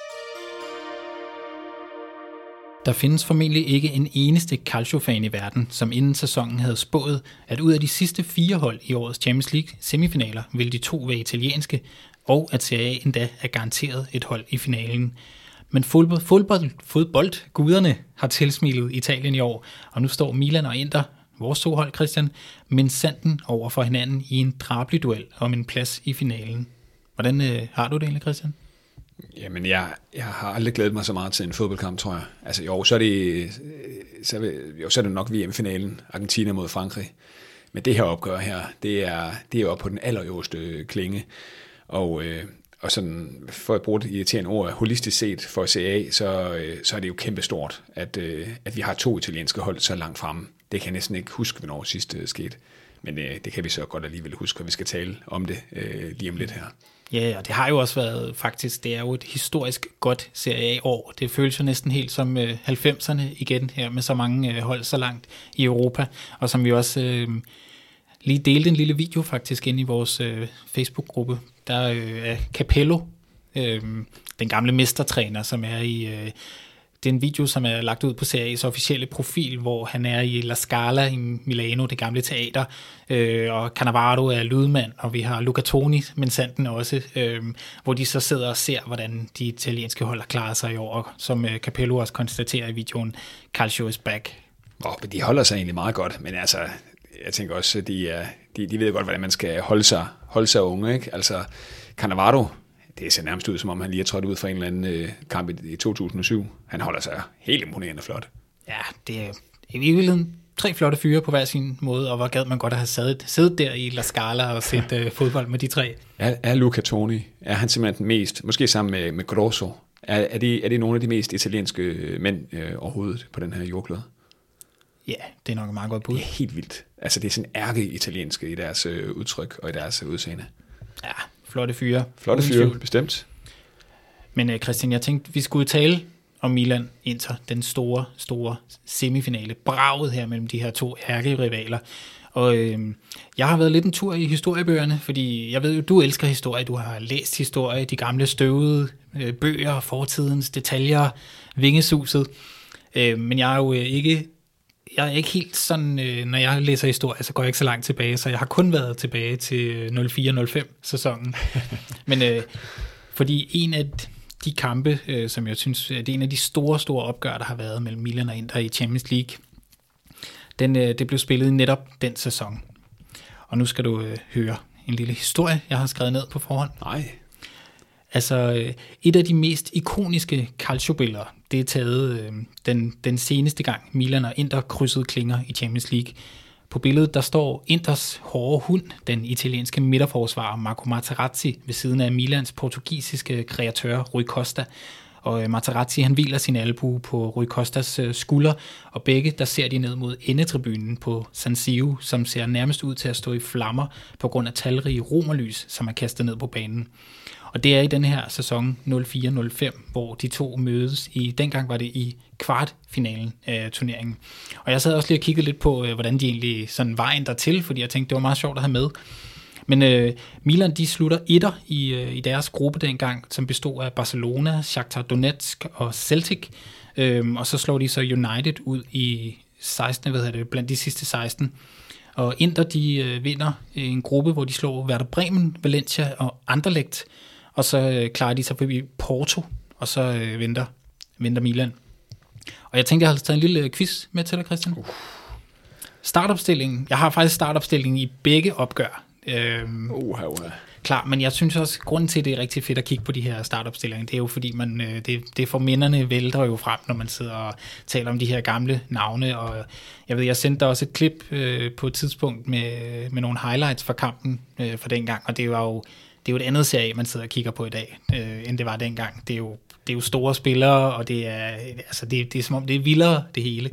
Der findes formentlig ikke en eneste Calcio-fan i verden, som inden sæsonen havde spået, at ud af de sidste fire hold i årets Champions League semifinaler vil de to være italienske, og at Serie A endda er garanteret et hold i finalen. Men fodbold, fodbold, fodboldguderne har tilsmilet Italien i år, og nu står Milan og Inter, vores to hold, Christian, men sanden over for hinanden i en drabelig duel om en plads i finalen. Hvordan øh, har du det egentlig, Christian? Jamen, jeg, jeg har aldrig glædet mig så meget til en fodboldkamp, tror jeg. Altså, jo, så er det, så er det, jo, så er det nok V M-finalen, Argentina mod Frankrig. Men det her opgør her, det er, det er jo oppe på den allerøverste klinge. Og, øh, og sådan, for at bruge det irriterende ord, holistisk set for C A, så, øh, så er det jo kæmpestort, at, øh, at vi har to italienske hold så langt fremme. Det kan jeg næsten ikke huske, hvornår sidst skete. Men øh, det kan vi så godt alligevel huske, og vi skal tale om det øh, lige om lidt her. Ja, og det har jo også været faktisk, det er jo et historisk godt Serie A-år. Det føles jo næsten helt som øh, halvfemserne igen her, med så mange øh, hold så langt i Europa, og som vi også øh, lige delte en lille video faktisk ind i vores øh, Facebook-gruppe. Der øh, er Capello, øh, den gamle mestertræner, som er i... Øh, Det er en video, som er lagt ud på Serie A's officielle profil, hvor han er i La Scala i Milano, det gamle teater, øh, og Cannavaro er lydmand, og vi har Luca Toni, men sanden også, øh, hvor de så sidder og ser, hvordan de italienske hold har klaret sig i år, som øh, Capello også konstaterer i videoen, Calcio is back. Oh, men de holder sig egentlig meget godt, men altså, jeg tænker også, at de, er, de, de ved godt, hvordan man skal holde sig, holde sig unge, ikke? Altså, Cannavaro, det ser nærmest ud, som om han lige er trådt ud fra en eller anden øh, kamp i, i to tusind og syv. Han holder sig helt imponerende flot. Ja, det er i virkeligheden tre flotte fyre på hver sin måde, og hvor gad man godt at have siddet, siddet der i La Scala og set øh, fodbold med de tre. Er, er Luca Toni, er han simpelthen den mest, måske sammen med, med Grosso, er, er, det, er det nogle af de mest italienske mænd øh, overhovedet på den her jordklode? Ja, det er nok et meget godt bud. Det er helt vildt. Altså det er sådan ærke-italienske i deres øh, udtryk og i deres øh, udseende. Ja, flotte fyre. Flotte fyre, bestemt. Men uh, Christian, jeg tænkte, vi skulle tale om Milan Inter, den store, store semifinale. Braget her mellem de her to ærkerivaler. Og øh, jeg har været lidt en tur i historiebøgerne, fordi jeg ved jo, du elsker historie. Du har læst historie, de gamle støvede øh, bøger, fortidens detaljer, vingesuset. Øh, men jeg er jo øh, ikke... Jeg er ikke helt sådan, øh, når jeg læser historie, så går jeg ikke så langt tilbage, så jeg har kun været tilbage til nul fire nul fem sæsonen. Men øh, fordi en af de kampe, øh, som jeg synes, det er en af de store, store opgør, der har været mellem Milan og Inter i Champions League, den, øh, det blev spillet netop den sæson. Og nu skal du øh, høre en lille historie, jeg har skrevet ned på forhånd. Nej. Altså, et af de mest ikoniske calcio-billeder, det er taget øh, den, den seneste gang Milan og Inter krydsede klinger i Champions League. På billedet, der står Inters hårde hund, den italienske midterforsvarer Marco Materazzi, ved siden af Milans portugisiske kreatør Rui Costa. Og øh, Materazzi, han hviler sin albue på Rui Costas øh, skulder, og begge, der ser de ned mod endetribunen på San Siro, som ser nærmest ud til at stå i flammer på grund af talrige romerlys, som er kastet ned på banen. Og det er i den her sæson nul fire nul fem, hvor de to mødes i, dengang var det i kvartfinalen af turneringen. Og jeg sad også lige og kiggede lidt på, hvordan de egentlig sådan vejen dertil, fordi jeg tænkte, det var meget sjovt at have med. Men øh, Milan, de slutter etter i, øh, i deres gruppe dengang, som bestod af Barcelona, Shakhtar Donetsk og Celtic. Øhm, og så slår de så United ud i seksten, hvad hedder det, blandt de sidste seksten. Og Inter, de øh, vinder en gruppe, hvor de slår Werder Bremen, Valencia og Anderlecht. Og så øh, klarer de sig forbi Porto, og så øh, venter, venter Milan. Og jeg tænkte, jeg havde taget en lille quiz med til dig, Christian. Uh. Startopstillingen. Jeg har faktisk startopstillingen i begge opgør. Øhm, uh, uh. Klar, men jeg synes også, grunden til, at det er rigtig fedt at kigge på de her startopstillinger, det er jo fordi, man, øh, det, det for minderne vælter jo frem, når man sidder og taler om de her gamle navne. Og jeg ved, jeg sendte dig også et klip øh, på et tidspunkt med, med nogle highlights fra kampen øh, fra dengang, og det var jo Det er jo et andet serie, man sidder og kigger på i dag, øh, end det var dengang. Det er jo, det er jo store spillere, og det er, altså det, det er som om, det er vildere, det hele.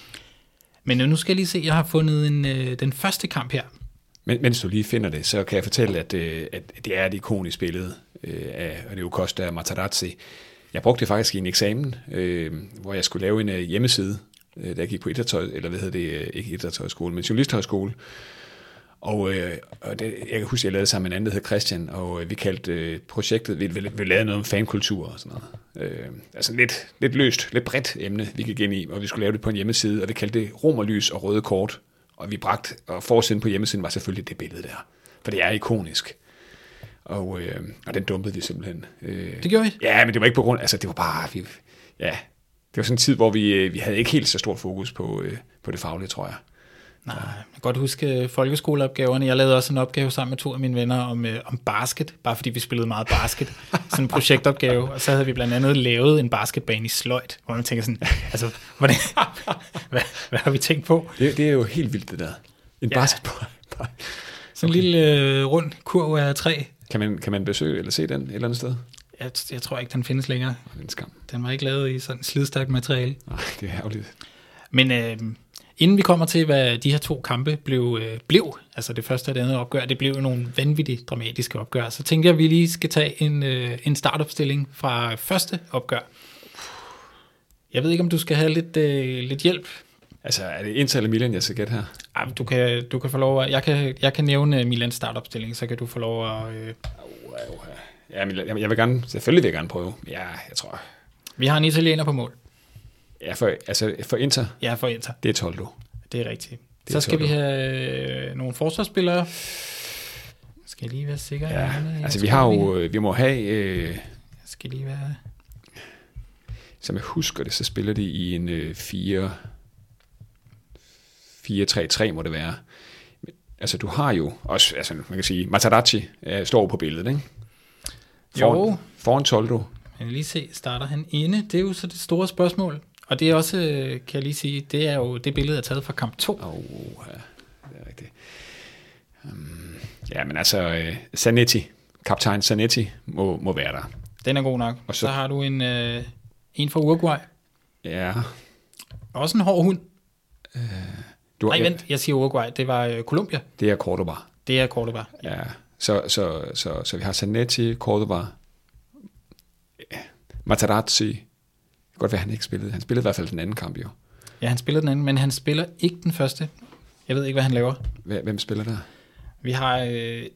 Men nu skal jeg lige se, jeg har fundet en, øh, den første kamp her. Men, mens du lige finder det, så kan jeg fortælle, at, øh, at det er et ikonisk billede. øh, af Leo Costa og Materazzi. Jeg brugte det faktisk i en eksamen, øh, hvor jeg skulle lave en uh, hjemmeside, øh, da jeg gik på idrætshøj, eller hvad hedder det, ikke idrætshøjskole, men journalisthøjskole. Og, øh, og det, jeg kan huske, at jeg lavede sammen med en anden, der hed Christian, og øh, vi kaldte øh, projektet, vi, vi, vi lavede noget om fankultur og sådan noget. Øh, altså lidt, lidt løst, lidt bredt emne, vi gik ind i, og vi skulle lave det på en hjemmeside, og vi kaldte det romerlys og røde kort. Og vi bragte, og forsiden på hjemmesiden var selvfølgelig det billede der, for det er ikonisk. Og, øh, og den dumpede vi simpelthen. Øh, det gjorde vi? Ja, men det var ikke på grund, altså det var bare, vi, ja, det var sådan en tid, hvor vi, vi havde ikke helt så stort fokus på, øh, på det faglige, tror jeg. Nej, jeg kan godt huske folkeskoleopgaverne. Jeg lavede også en opgave sammen med to af mine venner om, øh, om basket, bare fordi vi spillede meget basket. Sådan en projektopgave, og så havde vi blandt andet lavet en basketbane i sløjt, hvor man tænker sådan, altså, hvordan, hvad, hvad har vi tænkt på? Det, det er jo helt vildt, det der. En ja. basketball. Sådan en lille øh, rund kurv af træ. Kan man, kan man besøge eller se den et eller andet sted? Jeg, jeg tror ikke, den findes længere. Det er en skam. Den var ikke lavet i sådan slidstærkt materiale. Nej, det er ærgerligt. Men øh, inden vi kommer til, hvad de her to kampe blev, øh, blev, altså det første og det andet opgør, det blev nogle vanvittigt dramatiske opgør, så tænker jeg, at vi lige skal tage en, øh, en startopstilling fra første opgør. Jeg ved ikke, om du skal have lidt, øh, lidt hjælp. Altså, er det Inter eller Milan, jeg skal gætte her? Ej, du kan, du kan få lov at, jeg kan, jeg kan nævne Milans startopstilling, så kan du få lov at... Øh... Ja, jeg, jeg vil gerne, selvfølgelig vil jeg gerne prøve. Ja, jeg tror... Vi har en italiener på mål. Ja, for, altså for Inter? Ja, for Inter. Det er Toldo. Det er rigtigt. Det så er skal Toldo. vi have øh, nogle forsvarsspillere. Skal jeg lige være sikker? Ja, jeg altså vi har jo, vi må have... Øh, jeg skal lige være... Som jeg husker det, så spiller de i en øh, fire tre tre må det være. Altså du har jo også, altså man kan sige, Materazzi øh, står på billedet, ikke? Foran, jo. Foran Toldo. Jeg kan lige se, starter han inde? Det er jo så det store spørgsmål. Og det er også, kan jeg lige sige, det er jo det billede, jeg er taget fra kamp to. Åh, oh, ja, det er rigtigt. Um, ja, men altså, øh, Zanetti, kaptajn Zanetti, må, må være der. Den er god nok. Og så, så har du en, øh, en fra Uruguay. Ja. Også en hård hund. Øh, du Nej, vent, jeg siger Uruguay. Det var øh, Colombia. Det er Cordoba. Det er Cordoba. Ja, så, så, så, så vi har Zanetti, Cordoba, ja, Materazzi. Det kan godt være, han ikke spillede. Han spillede i hvert fald den anden kamp, jo. Ja, han spillede den anden, men han spiller ikke den første. Jeg ved ikke, hvad han laver. Hvem spiller der? Vi har... Øh,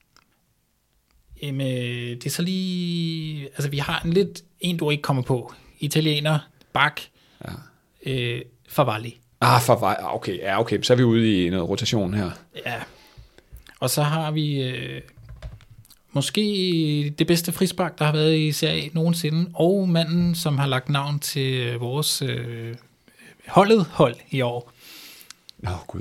med, det er så lige... Altså, vi har en lidt... En, du ikke kommer på. Italiener, Bak, ja. øh, Favalli. Ah, Favalli. Okay, ja, okay. Så er vi ude i noget rotation her. Ja. Og så har vi... Øh, måske det bedste frispark, der har været i Serie A nogensinde, og manden, som har lagt navn til vores øh, holdet hold i år. Nå, gud.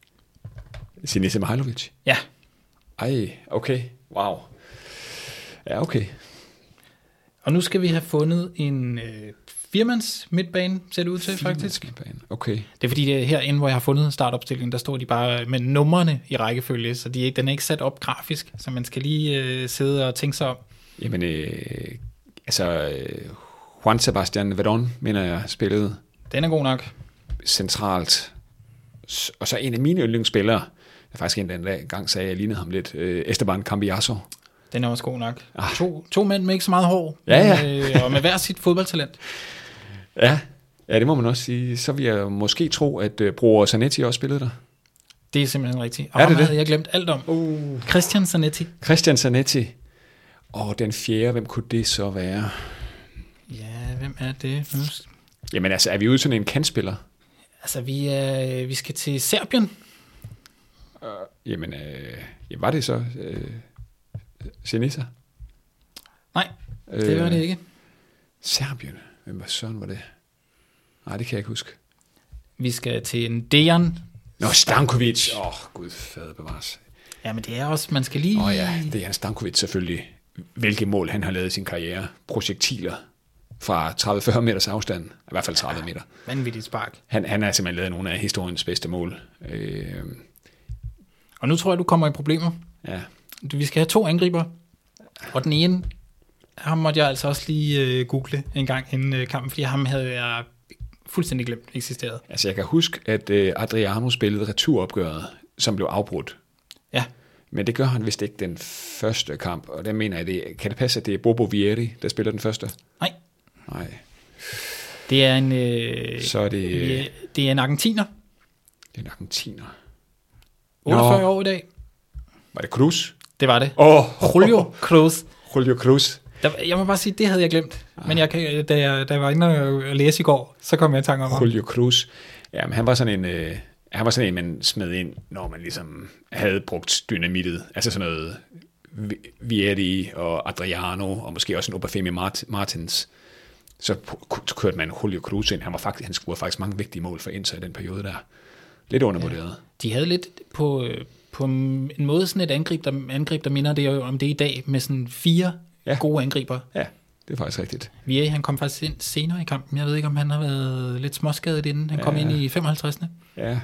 Sinisa Mihajlovic? Ja. Ej, okay. Wow. Ja, okay. Og nu skal vi have fundet en øh, firmands midtbane, ser det ud til faktisk. Midtbane. Okay. Det er fordi, det er herinde, hvor jeg har fundet startopstillingen, der står de bare med numrene i rækkefølge, så de er, den er ikke sat op grafisk, så man skal lige øh, sidde og tænke sig om. Jamen, øh, altså, øh, Juan Sebastian Verón, mener jeg, spillede. Den er god nok. Centralt. Og så en af mine yndlingsspillere, jeg faktisk en den gang sagde, jeg lignede ham lidt, øh, Esteban Cambiasso. Den er også god nok. Ah. To, to mænd med ikke så meget hår, ja, ja. Men, øh, og med hver sit fodboldtalent. Ja. Ja, det må man også sige. Så vil jeg måske tro, at uh, bror Zanetti også spillede der. Det er simpelthen rigtigt. Og er det ham det? havde jeg glemt alt om. Uh. Christian Zanetti. Christian Zanetti. Og den fjerde, hvem kunne det så være? Ja, hvem er det? Jamen altså, er vi ude sådan en kantspiller? Altså, vi, er, vi skal til Serbien. Uh, jamen, øh, ja, var det så øh, Sinisa? Nej, det var det ikke. Serbien? Hvem var søren var det? Nej, det kan jeg ikke huske. Vi skal til en Dejan. Nå, Stankovic. Åh, oh, gud, fader bevares. Ja, men det er også, man skal lige... Åh oh, ja, det er Stankovic selvfølgelig. Hvilke mål han har lavet i sin karriere. Projektiler fra tredive til fyrre meters afstand. I hvert fald tredive meter. Vanvittigt spark. Han, han har simpelthen lavet nogle af historiens bedste mål. Øh... Og nu tror jeg, du kommer i problemer. Ja. Vi skal have to angriber. Og den ene, ham måtte jeg altså også lige uh, google en gang inden uh, kampen, fordi ham havde jeg fuldstændig glemt eksisteret. Altså jeg kan huske, at uh, Adriano spillede returopgøret, som blev afbrudt. Ja. Men det gør han vist ikke den første kamp, og der mener jeg, det, kan det passe, at det er Bobo Vieri, der spiller den første? Nej. Nej. Det er en, øh, Så er det, øh, det er en argentiner. Det er en argentiner. otteogfyrre Nå. år i dag. Var det Cruz? Det var det. Åh, oh. Julio Cruz. Julio Cruz. Der, jeg må bare sige, det havde jeg glemt. Ah. Men jeg kan, da, jeg, da jeg var inde og læse i går, så kom jeg i tanke om ham. Julio Cruz. Ja, men han var sådan en... Øh, han var sådan en, man smed ind, når man ligesom havde brugt dynamittet. Altså sådan noget Vieri og Adriano, og måske også en Obafemi Martins. Så kørte man Julio Cruz ind. Han, var faktisk, han scorede faktisk mange vigtige mål for Inter i den periode der. Lidt undervurderet. Ja, de havde lidt på, på en måde sådan et angreb, der, angreb, der minder det om det i dag, med sådan fire ja. gode angriber. Ja, det er faktisk rigtigt. Vieri, han kom faktisk ind senere i kampen. Jeg ved ikke, om han har været lidt småskadet inden. Han ja. kom ind i femoghalvtreds. Ja.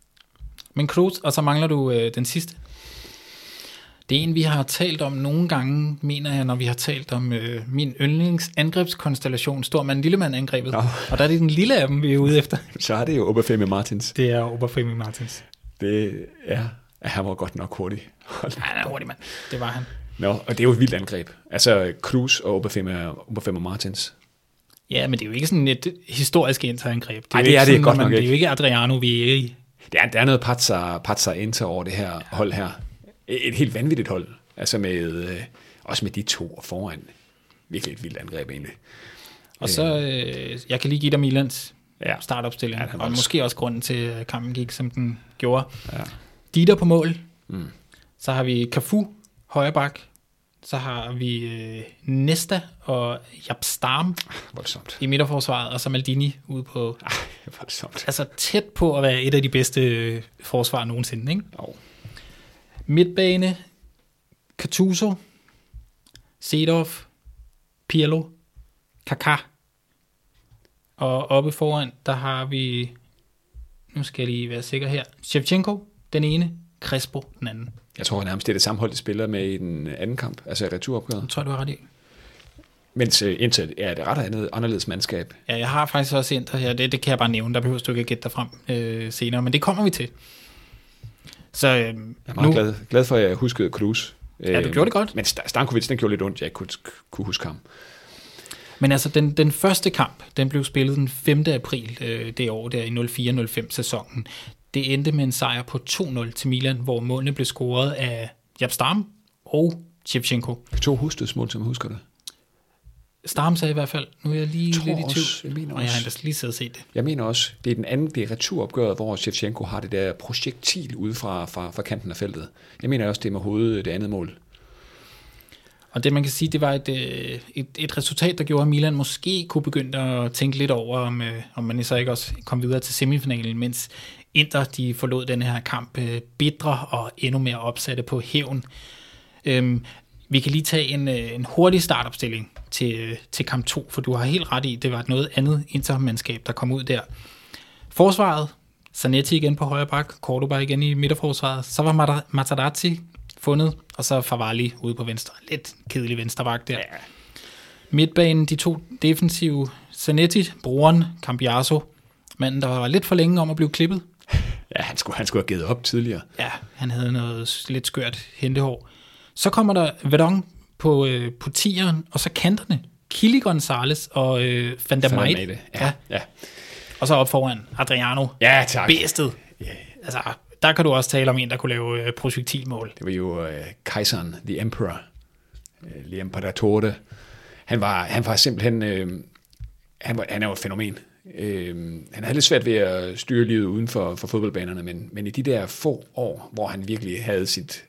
Men Cruz, og så mangler du øh, den sidste. Det er en, vi har talt om nogle gange, mener jeg, når vi har talt om øh, min yndlingsangrebskonstellation, Stormand Lillemand angrebet. Nå. Og der er det den lille af dem, vi er ude efter. Så er det jo Obafemi Martins. Det er Obafemi Martins. Det er, han var godt nok hurtig. Nej, han er hurtig, mand. Det var han. Nå, og det er jo et vildt angreb. Altså Cruz og Obafemi, Obafemi Martins. Ja, men det er jo ikke sådan et historisk interangreb. Nej, det er det sådan, godt man, nok ikke. Det er jo ikke Adriano Vieri. Det er, der er noget patser, patser Inter over det her ja. hold her. Et helt vanvittigt hold. Altså med, øh, også med de to foran. Virkelig et vildt angreb egentlig. Og så, øh, jeg kan lige give dig Milans ja. startopstilling. Ja, og også. Måske også grunden til, at kampen gik, som den gjorde. Ja. Dieter på mål. Mm. Så har vi Cafu, højre bak. Så har vi øh, Nesta og Japstam voldsomt. i midterforsvaret, og så Maldini ude på... Ej, voldsomt. Altså tæt på at være et af de bedste øh, forsvar nogensinde, ikke? Oh. Midtbane, Gattuso, Seedorf, Pirlo, Kaká. Og oppe foran, der har vi... Nu skal jeg lige være sikker her. Shevchenko, den ene. Crespo, den anden. Jeg tror nærmest, det er det samme hold, de spiller med i den anden kamp, altså returopgøret. Jeg tror, du har ret i. Mens uh, Inter er det ret andet, anderledes mandskab. Ja, jeg har faktisk også Inter her. Det, det kan jeg bare nævne. Der behøver du ikke at gætte dig frem øh, senere, men det kommer vi til. Så øh, jeg er meget nu, glad, glad for, at jeg huskede Cruz. Ja, du gjorde det godt. Men Stankovic, den gjorde lidt ondt, jeg ikke kunne, kunne huske ham. Men altså, den, den første kamp, den blev spillet den femte april øh, det år, der i nul fire nul fem sæsonen. Det endte med en sejr på to nul til Milan, hvor målene blev scoret af Japstam og Shevchenko. To husstødsmål, som jeg husker det. Stam sagde i hvert fald. Nu er jeg lige jeg lidt i tvivl. Jeg mener og jeg har endda lige siddet og set det. Jeg mener også, det er den anden, det er returopgøret, hvor Shevchenko har det der projektil ude fra, fra, fra kanten af feltet. Jeg mener også, det er med hovedet det andet mål. Og det man kan sige, det var et, et, et resultat, der gjorde, at Milan måske kunne begynde at tænke lidt over, om, om man så ikke også kom videre til semifinalen, mens Inter de forlod den her kamp bitre og endnu mere opsatte på hævn. Øhm, vi kan lige tage en, en hurtig startopstilling til, til kamp to, for du har helt ret i, det var et noget andet Inter-mandskab, der kom ud der. Forsvaret, Zanetti igen på højre bak, Cordoba igen i midterforsvaret, så var Materazzi fundet, og så Favalli ude på venstre. Lidt kedelig venstre bak der. Ja. Midtbanen, de to defensive, Zanetti, broren, Cambiaso, manden, der var lidt for længe om at blive klippet. Ja, han skulle, han skulle have givet op tidligere. Ja, han havde noget lidt skørt hentehår. Så kommer der Verdon på, øh, på tieren, og så kanterne. Kili Gonzalez og øh, Van der Meijde. Ja, ja. Og så op foran Adriano. Ja, tak. Bæstet. Yeah. Altså, der kan du også tale om en, der kunne lave øh, projektilmål. Det var jo øh, kejseren, the emperor, øh, l'imperatore. Han var, han var simpelthen, øh, han, var, han er jo et fænomen. Øh, han havde lidt svært ved at styre livet uden for, for fodboldbanerne, men, men i de der få år, hvor han virkelig havde sit,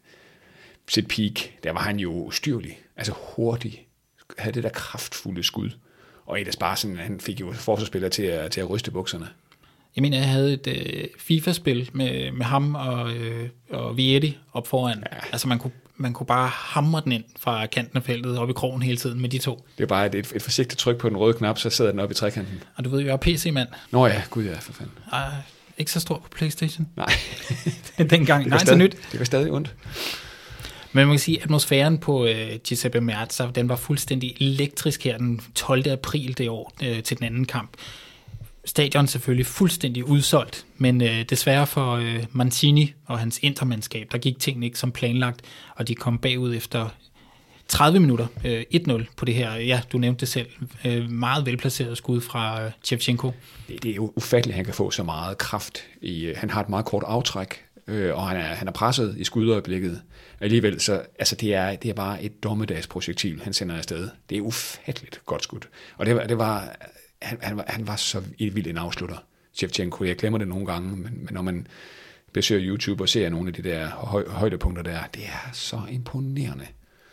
sit peak, der var han jo ustyrlig, altså hurtig, havde det der kraftfulde skud, og ellers bare sådan, han fik jo forsvarsspillere til at, til at ryste bukserne. Jeg mener, jeg havde et øh, FIFA-spil med, med ham og, øh, og Vieri op foran. Ja. Altså man kunne, man kunne bare hamre den ind fra kanten af feltet op i krogen hele tiden med de to. Det er bare et, et, et forsigtigt tryk på den røde knap, så sidder den op i trekanten. Og du ved jo, jeg er P C-mand. Nå ja, gud ja, for fanden. Ej, ikke så stor på PlayStation. Nej. Dengang. Det Nej, stadig, så nyt. Det var stadig ondt. Men man kan sige, at atmosfæren på øh, Giuseppe Meazza, den var fuldstændig elektrisk her den tolvte april det år øh, til den anden kamp. stadion selvfølgelig fuldstændig udsolgt, men øh, desværre for øh, Mancini og hans intermandskab, der gik tingene ikke som planlagt, og de kom bagud efter tredive minutter, øh, et nul på det her, ja, du nævnte det selv, øh, meget velplaceret skud fra øh, Shevchenko. Det, det er jo ufatteligt, at han kan få så meget kraft. I, han har et meget kort aftræk, øh, og han er, han er presset i skudøjeblikket. Alligevel, så altså, det, er, det er bare et dommedagsprojektil, han sender afsted. Det er ufatteligt godt skud. Og det var, det var han, han, var, han var så vild en afslutter, Shevchenko. Jeg glemmer det nogle gange, men, men når man besøger YouTube og ser nogle af de der høj, højdepunkter der, det er så imponerende.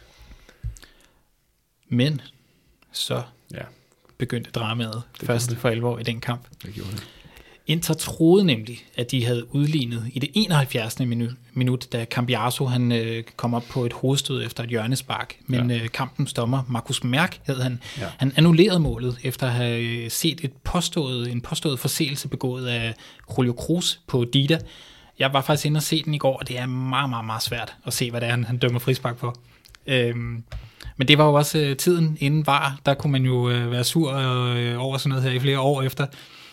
Men så ja. begyndte dramaet det først for alvor i den kamp. Det gjorde det. Inter troede nemlig, at de havde udlignet i det enoghalvfjerdsende minut, minut da Cambiaso han, øh, kom op på et hovedstød efter et hjørnespark. Men ja. øh, kampens dommer, Markus Mærk hed han, ja. han annullerede målet efter at have set et påstået, en påstået forseelse begået af Julio Cruz på Dida. Jeg var faktisk inde og se den i går, og det er meget, meget, meget svært at se, hvad det er, han, han dømmer frispark på. Øhm, men det var jo også øh, tiden inden V A R, der kunne man jo øh, være sur øh, over sådan noget her i flere år efter.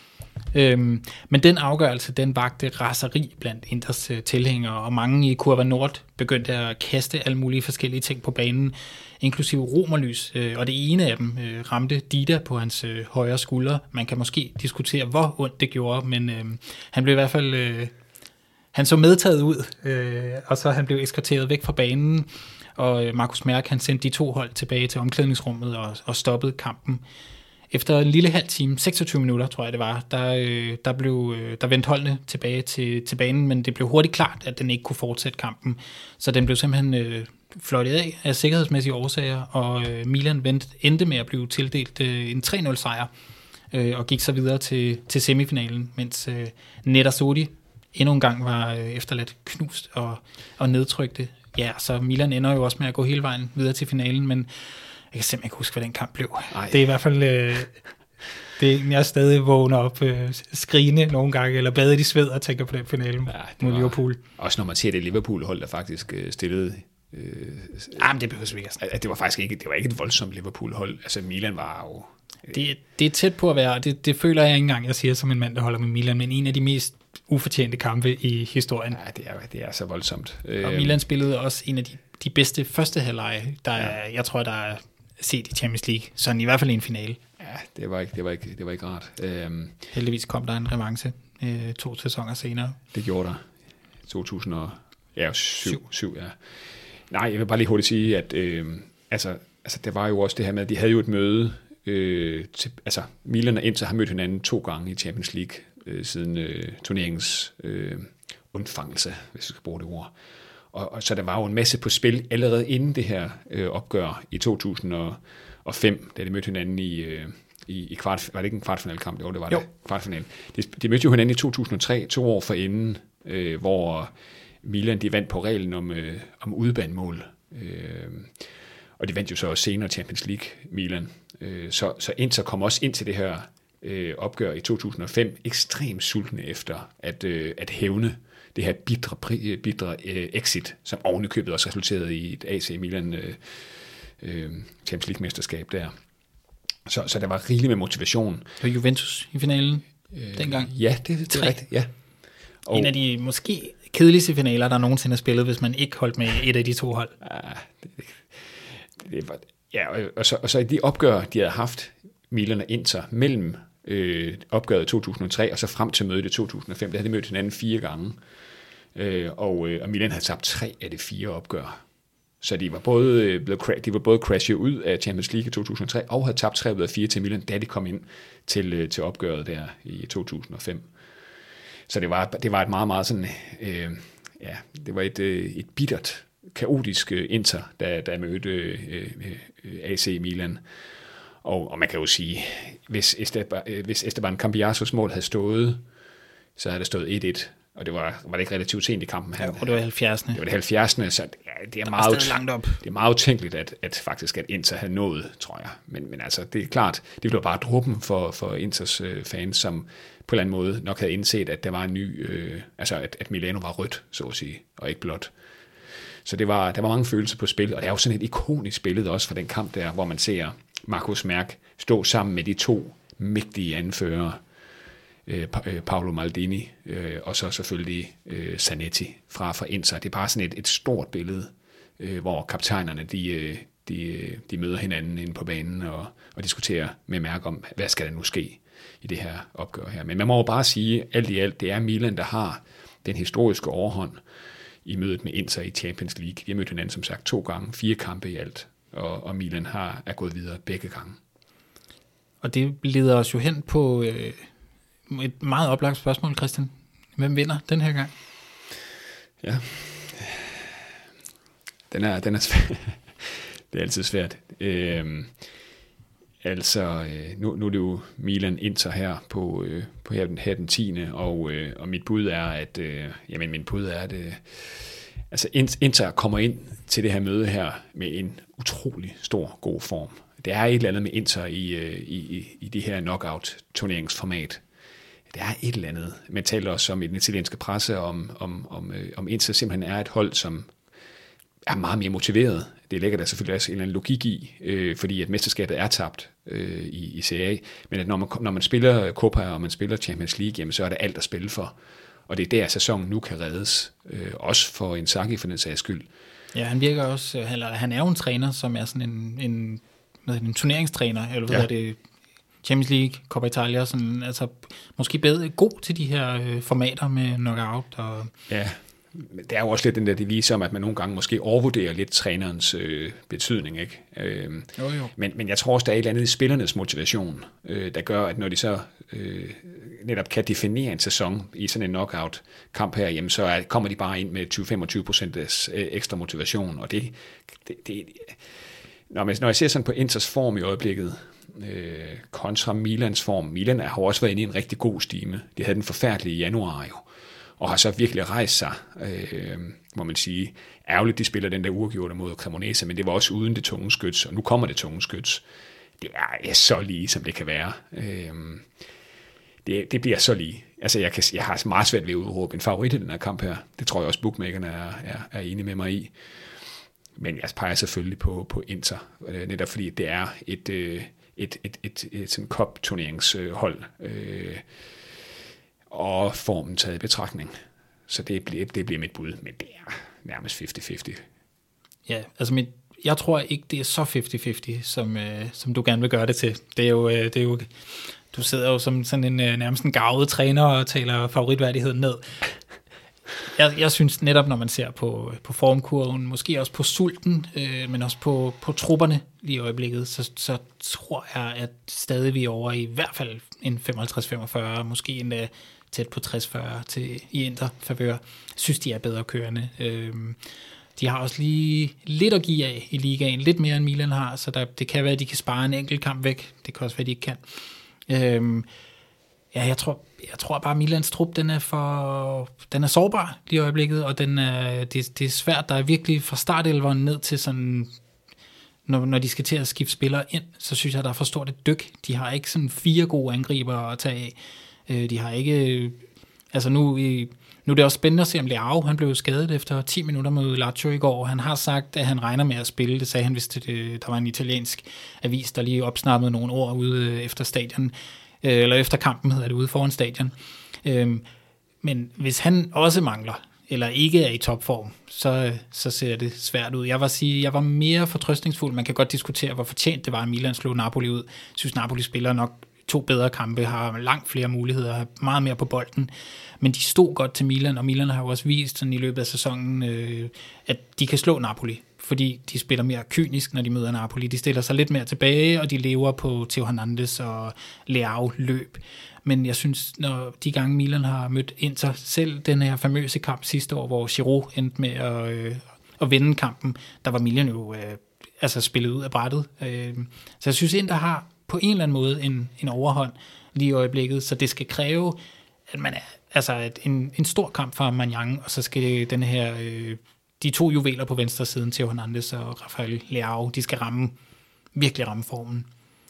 Øhm, men den afgørelse, den vagte raseri blandt Inters øh, tilhængere, og mange i Kurva Nord begyndte at kaste alle mulige forskellige ting på banen, inklusive romerlys, øh, og det ene af dem øh, ramte Dida på hans øh, højre skulder. Man kan måske diskutere, hvor ondt det gjorde, men øh, han blev i hvert fald øh, han så medtaget ud, øh, og så han blev eskorteret væk fra banen, og øh, Markus Mærk han sendte de to hold tilbage til omklædningsrummet og, og stoppede kampen. Efter en lille halv time, seksogtyve minutter tror jeg det var, der, øh, der, blev, øh, der vendte holdene tilbage til, til banen, men det blev hurtigt klart, at den ikke kunne fortsætte kampen. Så den blev simpelthen øh, fløjtet af af sikkerhedsmæssige årsager, og øh, Milan vendte, endte med at blive tildelt øh, en tre nul sejr, øh, og gik så videre til, til semifinalen, mens øh, Nerazzurri endnu en gang var øh, efterladt knust og, og nedtrykte. Ja, så Milan ender jo også med at gå hele vejen videre til finalen, men jeg kan simpelthen ikke huske, hvad den kamp blev. Ej. Det er i hvert fald, øh, det, jeg stadig vågner op øh, skrigende nogle gange, eller badet i sved og tænker på den finale ja, mod Liverpool. Også når man ser det Liverpool-hold, der faktisk øh, stillede. Øh, ah, men det behøves vi ikke. At det var faktisk ikke, det var ikke et voldsomt Liverpool-hold. Altså Milan var jo... Øh, det, det er tæt på at være, det, det føler jeg ikke engang, jeg siger som en mand, der holder med Milan, men en af de mest ufortjente kampe i historien. Ja, det er, det er så voldsomt. Og Milan spillede også en af de, de bedste første halvleje, der ja. er, jeg tror, der er set i Champions League, sådan i hvert fald i en finale. Ja, det var ikke, det var ikke, det var ikke rart. Øhm, Heldigvis kom der en revanche øh, to sæsoner senere. Det gjorde der. to tusind og syv, ja. Nej, jeg vil bare lige hurtigt sige, at øh, altså, altså, det var jo også det her med, at de havde jo et møde, øh, til, altså Milan og Inter har mødt hinanden to gange i Champions League, øh, siden øh, turneringens øh, undfangelse, hvis vi skal bruge det ord. Og, og så der var jo en masse på spil allerede inden det her øh, opgør i to tusind og fem, da de mødte hinanden i, øh, i, i kvart, var det ikke en kvartfinalkamp? Jo, det var jo. det. Kvartfinal. De, de mødte jo hinanden i to tusind og tre, to år forinden, øh, hvor Milan de vandt på reglen om, øh, om udbanemål. Øh, og de vandt jo så også senere Champions League, Milan. Øh, så, så Inter kom også ind til det her øh, opgør i to tusind og fem ekstremt sultne efter at, øh, at hævne det her bitre, bitre øh, exit, som ovenikøbet også resulterede i et A C Milan øh, øh, Champions League-mesterskab der. Så, så der var rigeligt med motivation. Og Juventus i finalen øh, dengang? Ja, det, det er rigtigt, ja. Og en af de måske kedeligste finaler, der nogensinde har spillet, hvis man ikke holdt med et af de to hold. Ja, det, det, det var, ja og, og, så, og så i de opgør, de havde haft, Milan og Inter, mellem øh, opgøret i to tusind og tre og så frem til mødet i to tusind og fem, der havde de mødt hinanden fire gange. Øh, og, øh, og Milan havde tabt tre af de fire opgør. Så de var både, blevet, de var både crashet ud af Champions League i to tusind og tre, og havde tabt tre ud af fire til Milan, da de kom ind til, til opgøret der i to tusind og fem. Så det var, det var et meget, meget sådan, øh, ja, det var et, et bittert, kaotisk Inter, der, der mødte øh, A C Milan. Og, og man kan jo sige, hvis Esteban, hvis Esteban Cambiasos mål havde stået, så havde det stået et et. Og det var, var det ikke relativt sent i kampen. Ja, og det var halvfjerdsende. Det var det halvfjerdsende, så ja, det, er meget, langt op. det er meget utænkeligt, at, at faktisk at Inter havde nået, tror jeg. Men, men altså, det er klart, det blev bare dråben for, for Inters øh, fans, som på en eller anden måde nok havde indset, at der var en ny, øh, altså at, at Milano var rødt, så at sige, og ikke blåt. Så det var, der var mange følelser på spil, og det er jo sådan et ikonisk billede også for den kamp der, hvor man ser Markus Mærk stå sammen med de to mægtige anførere, øh, Paolo Maldini, øh, og så selvfølgelig øh, Zanetti fra, fra Inter. Det er bare sådan et, et stort billede, øh, hvor kaptajnerne de, øh, de, de møder hinanden inde på banen og, og diskuterer med mærke om, hvad skal der nu ske i det her opgør her. Men man må jo bare sige, alt i alt, det er Milan, der har den historiske overhånd i mødet med Inter i Champions League. De har mødt hinanden, som sagt, to gange, fire kampe i alt, og, og Milan har, er gået videre begge gange. Og det leder os jo hen på øh, et meget oplagt spørgsmål, Christian. Hvem vinder den her gang? Ja, den er, den er svær. Det er altid svært. Øhm, altså, nu, nu er det jo Milan-Inter her på, øh, på her, her den tiende, og, øh, og mit bud er, at øh, jamen, min bud er, at øh, altså Inter kommer ind til det her møde her med en utrolig stor, god form. Det er et eller andet med Inter i, i, i det her knockout-turneringsformat. Det er et eller andet. Man taler også om i den italienske presse, om, om, om, om Inter simpelthen er et hold, som er meget mere motiveret. Det ligger der selvfølgelig også en eller anden logik i, øh, fordi at mesterskabet er tabt øh, i, i Serie A. Men at når man, når man spiller Copa og man spiller Champions League, jamen, så er det alt at spille for. Og det er der, sæsonen nu kan reddes. Øh, også for Inzaghi for den sags skyld. Ja, han virker også, eller han er jo en træner, som er sådan en, en, en turneringstræner, eller hvad ja. det Champions League, Coppa Italia, sådan, altså måske bedre god til de her øh, formater med knockout. Og ja, det er jo også lidt den der devise om, at man nogle gange måske overvurderer lidt trænerens øh, betydning, ikke? Øh, jo, jo. Men, men jeg tror også, der er et eller andet i spillernes motivation, øh, der gør, at når de så øh, netop kan definere en sæson i sådan en knockout-kamp her, jamen så er, kommer de bare ind med tyve til femogtyve procent ekstra motivation, og det, det, det når, man, når jeg ser sådan på Inters form i øjeblikket, øh, kontra Milans form, Milan har også været inde i en rigtig god stime. De havde den forfærdelige i januar jo, og har så virkelig rejst sig, øh, må man sige. Ærgerligt, de spiller den der uafgjorte mod Cremonese, men det var også uden det tunge skyts, og nu kommer det tunge skyts. Det er så lige, som det kan være. Øh, det, det bliver så lige. Altså, jeg, kan, jeg har meget svært ved at udråbe en favorit i den her kamp her. Det tror jeg også, bookmakerne er, er, er enige med mig i. Men jeg peger selvfølgelig på, på Inter, netop fordi det er et, et, et, et, et, et sådan cup-turneringshold, øh, og formen taget i betragtning. Så det bliver, det bliver mit bud, men det er nærmest halvtreds halvtreds. Ja, altså mit, jeg tror ikke, det er så halvtreds halvtreds, som, øh, som du gerne vil gøre det til. Det er jo, øh, det er jo du sidder jo som sådan en øh, nærmest en garvet træner og taler favoritværdigheden ned. Jeg, jeg synes netop, når man ser på, på formkurven, måske også på sulten, øh, men også på, på trupperne lige i øjeblikket, så, så tror jeg, at stadig vi er over i hvert fald en femoghalvtreds femogfyrre, måske endda tæt på tres fyrre til i Inter favør. Jeg synes, de er bedre kørende. Øh, de har også lige lidt at give af i ligaen, lidt mere end Milan har, så der, det kan være, at de kan spare en enkelt kamp væk. Det kan også være, at de ikke kan. Øh, Ja, jeg tror, jeg tror bare, at Milans trup, den er for, den er sårbar lige i øjeblikket, og den er, det, det er svært. Der er virkelig fra startelveren ned til sådan, når, når de skal til at skifte spillere ind, så synes jeg, der er for stort et dyk. De har ikke sådan fire gode angriber at tage af. De har ikke, altså nu, nu er det også spændende at se, om Leao, han blev skadet efter ti minutter mod Lazio i går. Han har sagt, at han regner med at spille. Det sagde han, hvis det, der var en italiensk avis, der lige opsnappede nogle ord ude efter stadion. Eller efter kampen hedder det, ude foran stadion. Øhm, men hvis han også mangler, eller ikke er i topform, så, så ser det svært ud. Jeg var, sige, jeg var mere fortrøstningsfuld. Man kan godt diskutere, hvor fortjent det var, at Milan slog Napoli ud. Jeg synes, Napoli spiller nok to bedre kampe, har langt flere muligheder, har meget mere på bolden. Men de stod godt til Milan, og Milan har jo også vist sådan i løbet af sæsonen, øh, at de kan slå Napoli, fordi de spiller mere kynisk, når de møder Napoli. De stiller sig lidt mere tilbage, og de lever på Theo Hernandez og Leao løb. Men jeg synes, når de gange Milan har mødt Inter, selv den her famøse kamp sidste år, hvor Giroud endte med at, øh, at vinde kampen, der var Milan jo øh, altså spillet ud af brættet. Øh, så jeg synes, Inter har på en eller anden måde en, en overhånd lige i øjeblikket, så det skal kræve, at man er altså en, en stor kamp for Maignan, og så skal den her... Øh, de to juveler på venstre siden, Theo Hernandez og Rafael Leao, de skal ramme, virkelig ramme formen.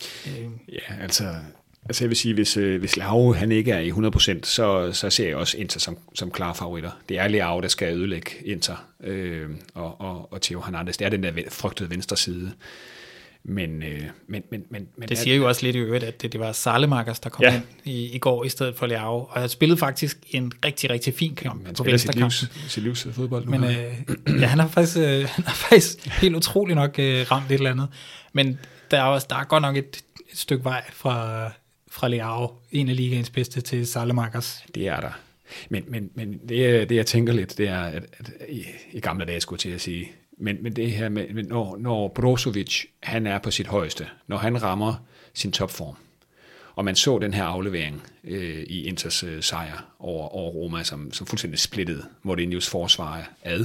Ja, altså, altså jeg vil sige, hvis, hvis Leao han ikke er i hundrede procent, så, så ser jeg også Inter som, som klare favoritter. Det er Leao, der skal ødelægge Inter, øh, og, og, og Theo Hernandez, det er den der frygtede venstre side. Men, øh, men, men, men, men det siger jo også lidt i øvrigt, at det, det var Salemakers, der kom ja. ind i, i går i stedet for Leao, og han spillede faktisk en rigtig, rigtig fin kamp Jamen, på venstrekanten. Sit livs, sit livs fodbold nu. Men øh, ja, han har faktisk, øh, han har faktisk helt utroligt nok øh, ramt et eller andet. Men der er, også, der er godt nok et, et stykke vej fra, fra Leao, en af ligaens bedste, til Salemakers. Det er der. Men, men, men det, det, jeg tænker lidt, det er, at, at i, i gamle dage skulle jeg til at sige, men, men det her med, når, når Brozovic, han er på sit højeste, når han rammer sin topform, og man så den her aflevering øh, i Inters øh, sejr over, over Roma, som, som fuldstændig splittede Mourinhos forsvar ad.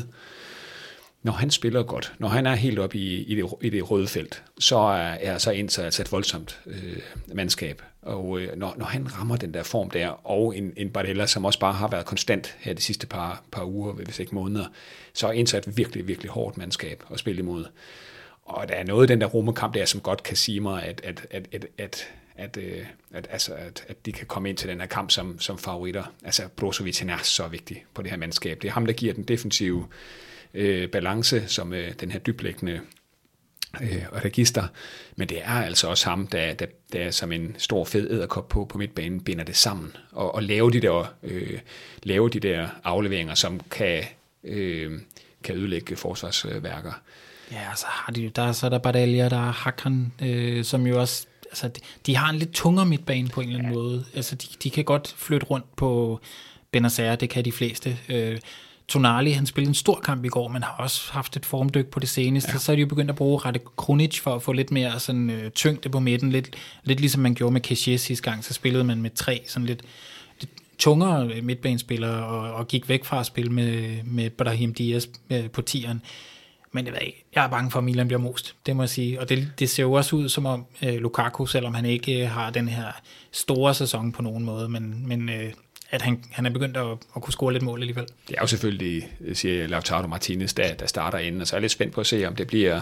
Når han spiller godt, når han er helt oppe i, i, det, i det røde felt, så er, er så Inter altså et voldsomt øh, mandskab. Og øh, når, når han rammer den der form der, og en, en Barella, som også bare har været konstant her de sidste par, par uger, hvis ikke måneder, så er Inter et virkelig, virkelig hårdt mandskab at spille imod. Og der er noget i den der Roma-kamp der, som godt kan sige mig, at, at, at, at, at At, øh, at, altså, at, at de kan komme ind til den her kamp som, som favoritter. Altså, Brozovic er så vigtig på det her mandskab. Det er ham, der giver den defensive øh, balance, som øh, den her dyblæggende øh, register. Men det er altså også ham, der, der, der som en stor fed edderkop på, på midtbanen binder det sammen. Og, og lave, de der, øh, lave de der afleveringer, som kan, øh, kan ødelægge forsvarsværker. Ja, så har de, der er så der Barella, der er Hakan, øh, som jo også altså, de, de har en lidt tungere midtbane på en eller anden ja. måde. Altså, de, de kan godt flytte rundt på Benacer, det kan de fleste. Øh, Tonali, han spillede en stor kamp i går, men har også haft et formdyk på det seneste. Ja. Så er de jo begyndt at bruge Rade Krunic for at få lidt mere sådan, øh, tyngde på midten. Lidt, lidt ligesom man gjorde med Kessie sidste gang, så spillede man med tre sådan lidt, lidt tungere midtbanespillere og, og gik væk fra at spille med, med Brahim Diaz øh, på tieren. Men jeg, ved ikke, jeg er bange for, at Milan bliver most, det må jeg sige. Og det, det ser jo også ud som om øh, Lukaku, selvom han ikke øh, har den her store sæson på nogen måde, men, men øh, at han, han er begyndt at, at kunne score lidt mål alligevel. Det er jo selvfølgelig, siger Lautaro Martinez, der, der starter inden, og så er jeg lidt spændt på at se, om det bliver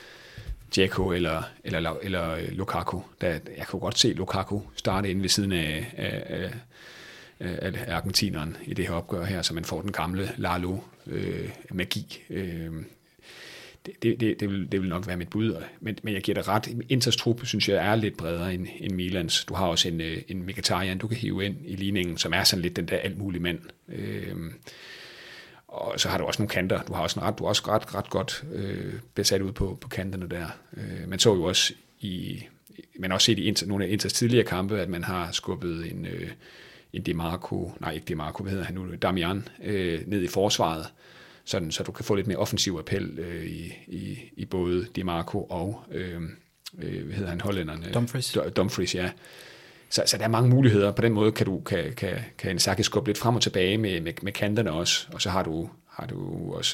Dzeko eller, eller, eller Lukaku. Der, jeg kunne godt se Lukaku starte inde ved siden af, af, af, af argentineren i det her opgør her, så man får den gamle Lalo øh, magi. Øh, Det, det, det, vil, det vil nok være mit bud, men, men jeg giver dig ret. Inters trup, synes jeg, er lidt bredere end, end Milans. Du har også en, en Mkhitaryan, du kan hive ind i ligningen, som er sådan lidt den der alt mulig mand. Øhm, og så har du også nogle kanter. Du har også, en ret, du er også ret, ret godt øh, besat ud på, på kanterne der. Øh, man så jo også i, man har også set i Inter, nogle af Inters tidligere kampe, at man har skubbet en, øh, en Di Marco, nej ikke Di Marco, hvad hedder han nu, Damian, øh, ned i forsvaret. Sådan, så du kan få lidt mere offensiv appel øh, i, i, i både Di Marco og, øh, øh, hvad hedder han, hollænderne? Dumfries. Dumfries, ja. Så, så der er mange muligheder. På den måde kan du kan, kan, kan Inzaghi skubbe lidt frem og tilbage med, med, med kanterne også, og så har du, har du også,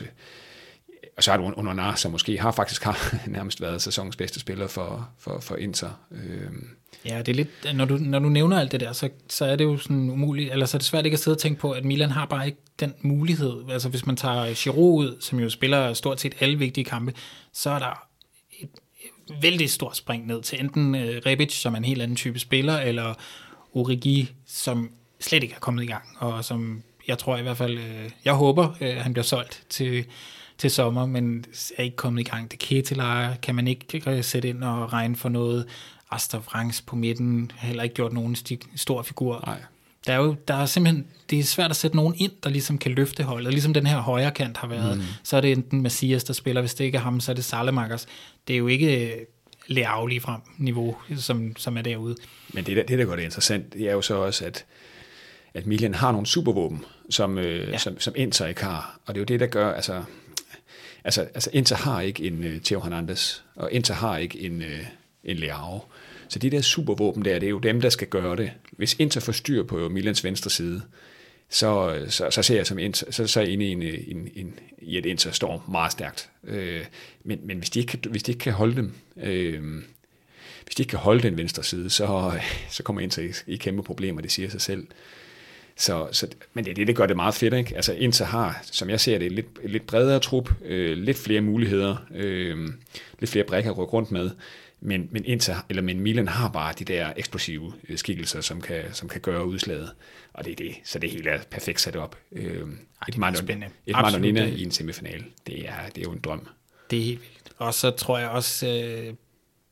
og så har du Onana, som måske har faktisk har nærmest været sæsonens bedste spiller for, for, for Inter. Øh, Ja, det er lidt, når du, når du nævner alt det der, så, så er det jo sådan umuligt, eller så er det svært ikke at sidde og tænke på, at Milan har bare ikke den mulighed. Altså hvis man tager Giroud ud, som jo spiller stort set alle vigtige kampe, så er der et, et vældig stort spring ned til enten uh, Rebic, som er en helt anden type spiller, eller Origi, som slet ikke er kommet i gang, og som jeg tror i hvert fald, uh, jeg håber, uh, han bliver solgt til, til sommer, men er ikke kommet i gang. Det Ketelaar kan man ikke sætte ind og regne for noget. Astrid Rangs på midten har heller ikke gjort nogen st- stor figur. Nej. Der er jo der er simpelthen, det er svært at sætte nogen ind, der ligesom kan løfte holdet. Ligesom den her højre kant har været, mm. så er det enten Messias, der spiller. Hvis det ikke er ham, så er det Salemakers. Det er jo ikke Leao lige frem niveau, som, som er derude. Men det, der, det der gør det interessant, det er jo så også, at, at Milan har nogle supervåben, som, øh, ja. som, som Inter ikke har. Og det er jo det, der gør, altså, altså, altså Inter har ikke en uh, Theo Hernandez, og Inter har ikke en, uh, en Leao. Så de der supervåben der, det er jo dem, der skal gøre det. Hvis Inter får styr på Milans venstre side, så, så, så ser jeg som Inter, så, så er jeg inde i, en, en, en, i et Inter står meget stærkt. Øh, men men hvis, de ikke, hvis de ikke kan holde dem, øh, hvis de ikke kan holde den venstre side, så, så kommer Inter i, i kæmpe problemer, det siger sig selv. Så, så, men det er det, der gør det meget fedt, ikke? Altså Inter har, som jeg ser det, lidt, lidt bredere trup, øh, lidt flere muligheder, øh, lidt flere brækker at rykke rundt med. Men, men, Inter, eller, men Milan har bare de der eksplosive skikkelser, som kan, som kan gøre udslaget. Og det er det. Så det hele er perfekt sat op. Øh, et Madonnina i en semifinal. Det er, det er jo en drøm. Det er helt vildt. Og så tror jeg også, øh,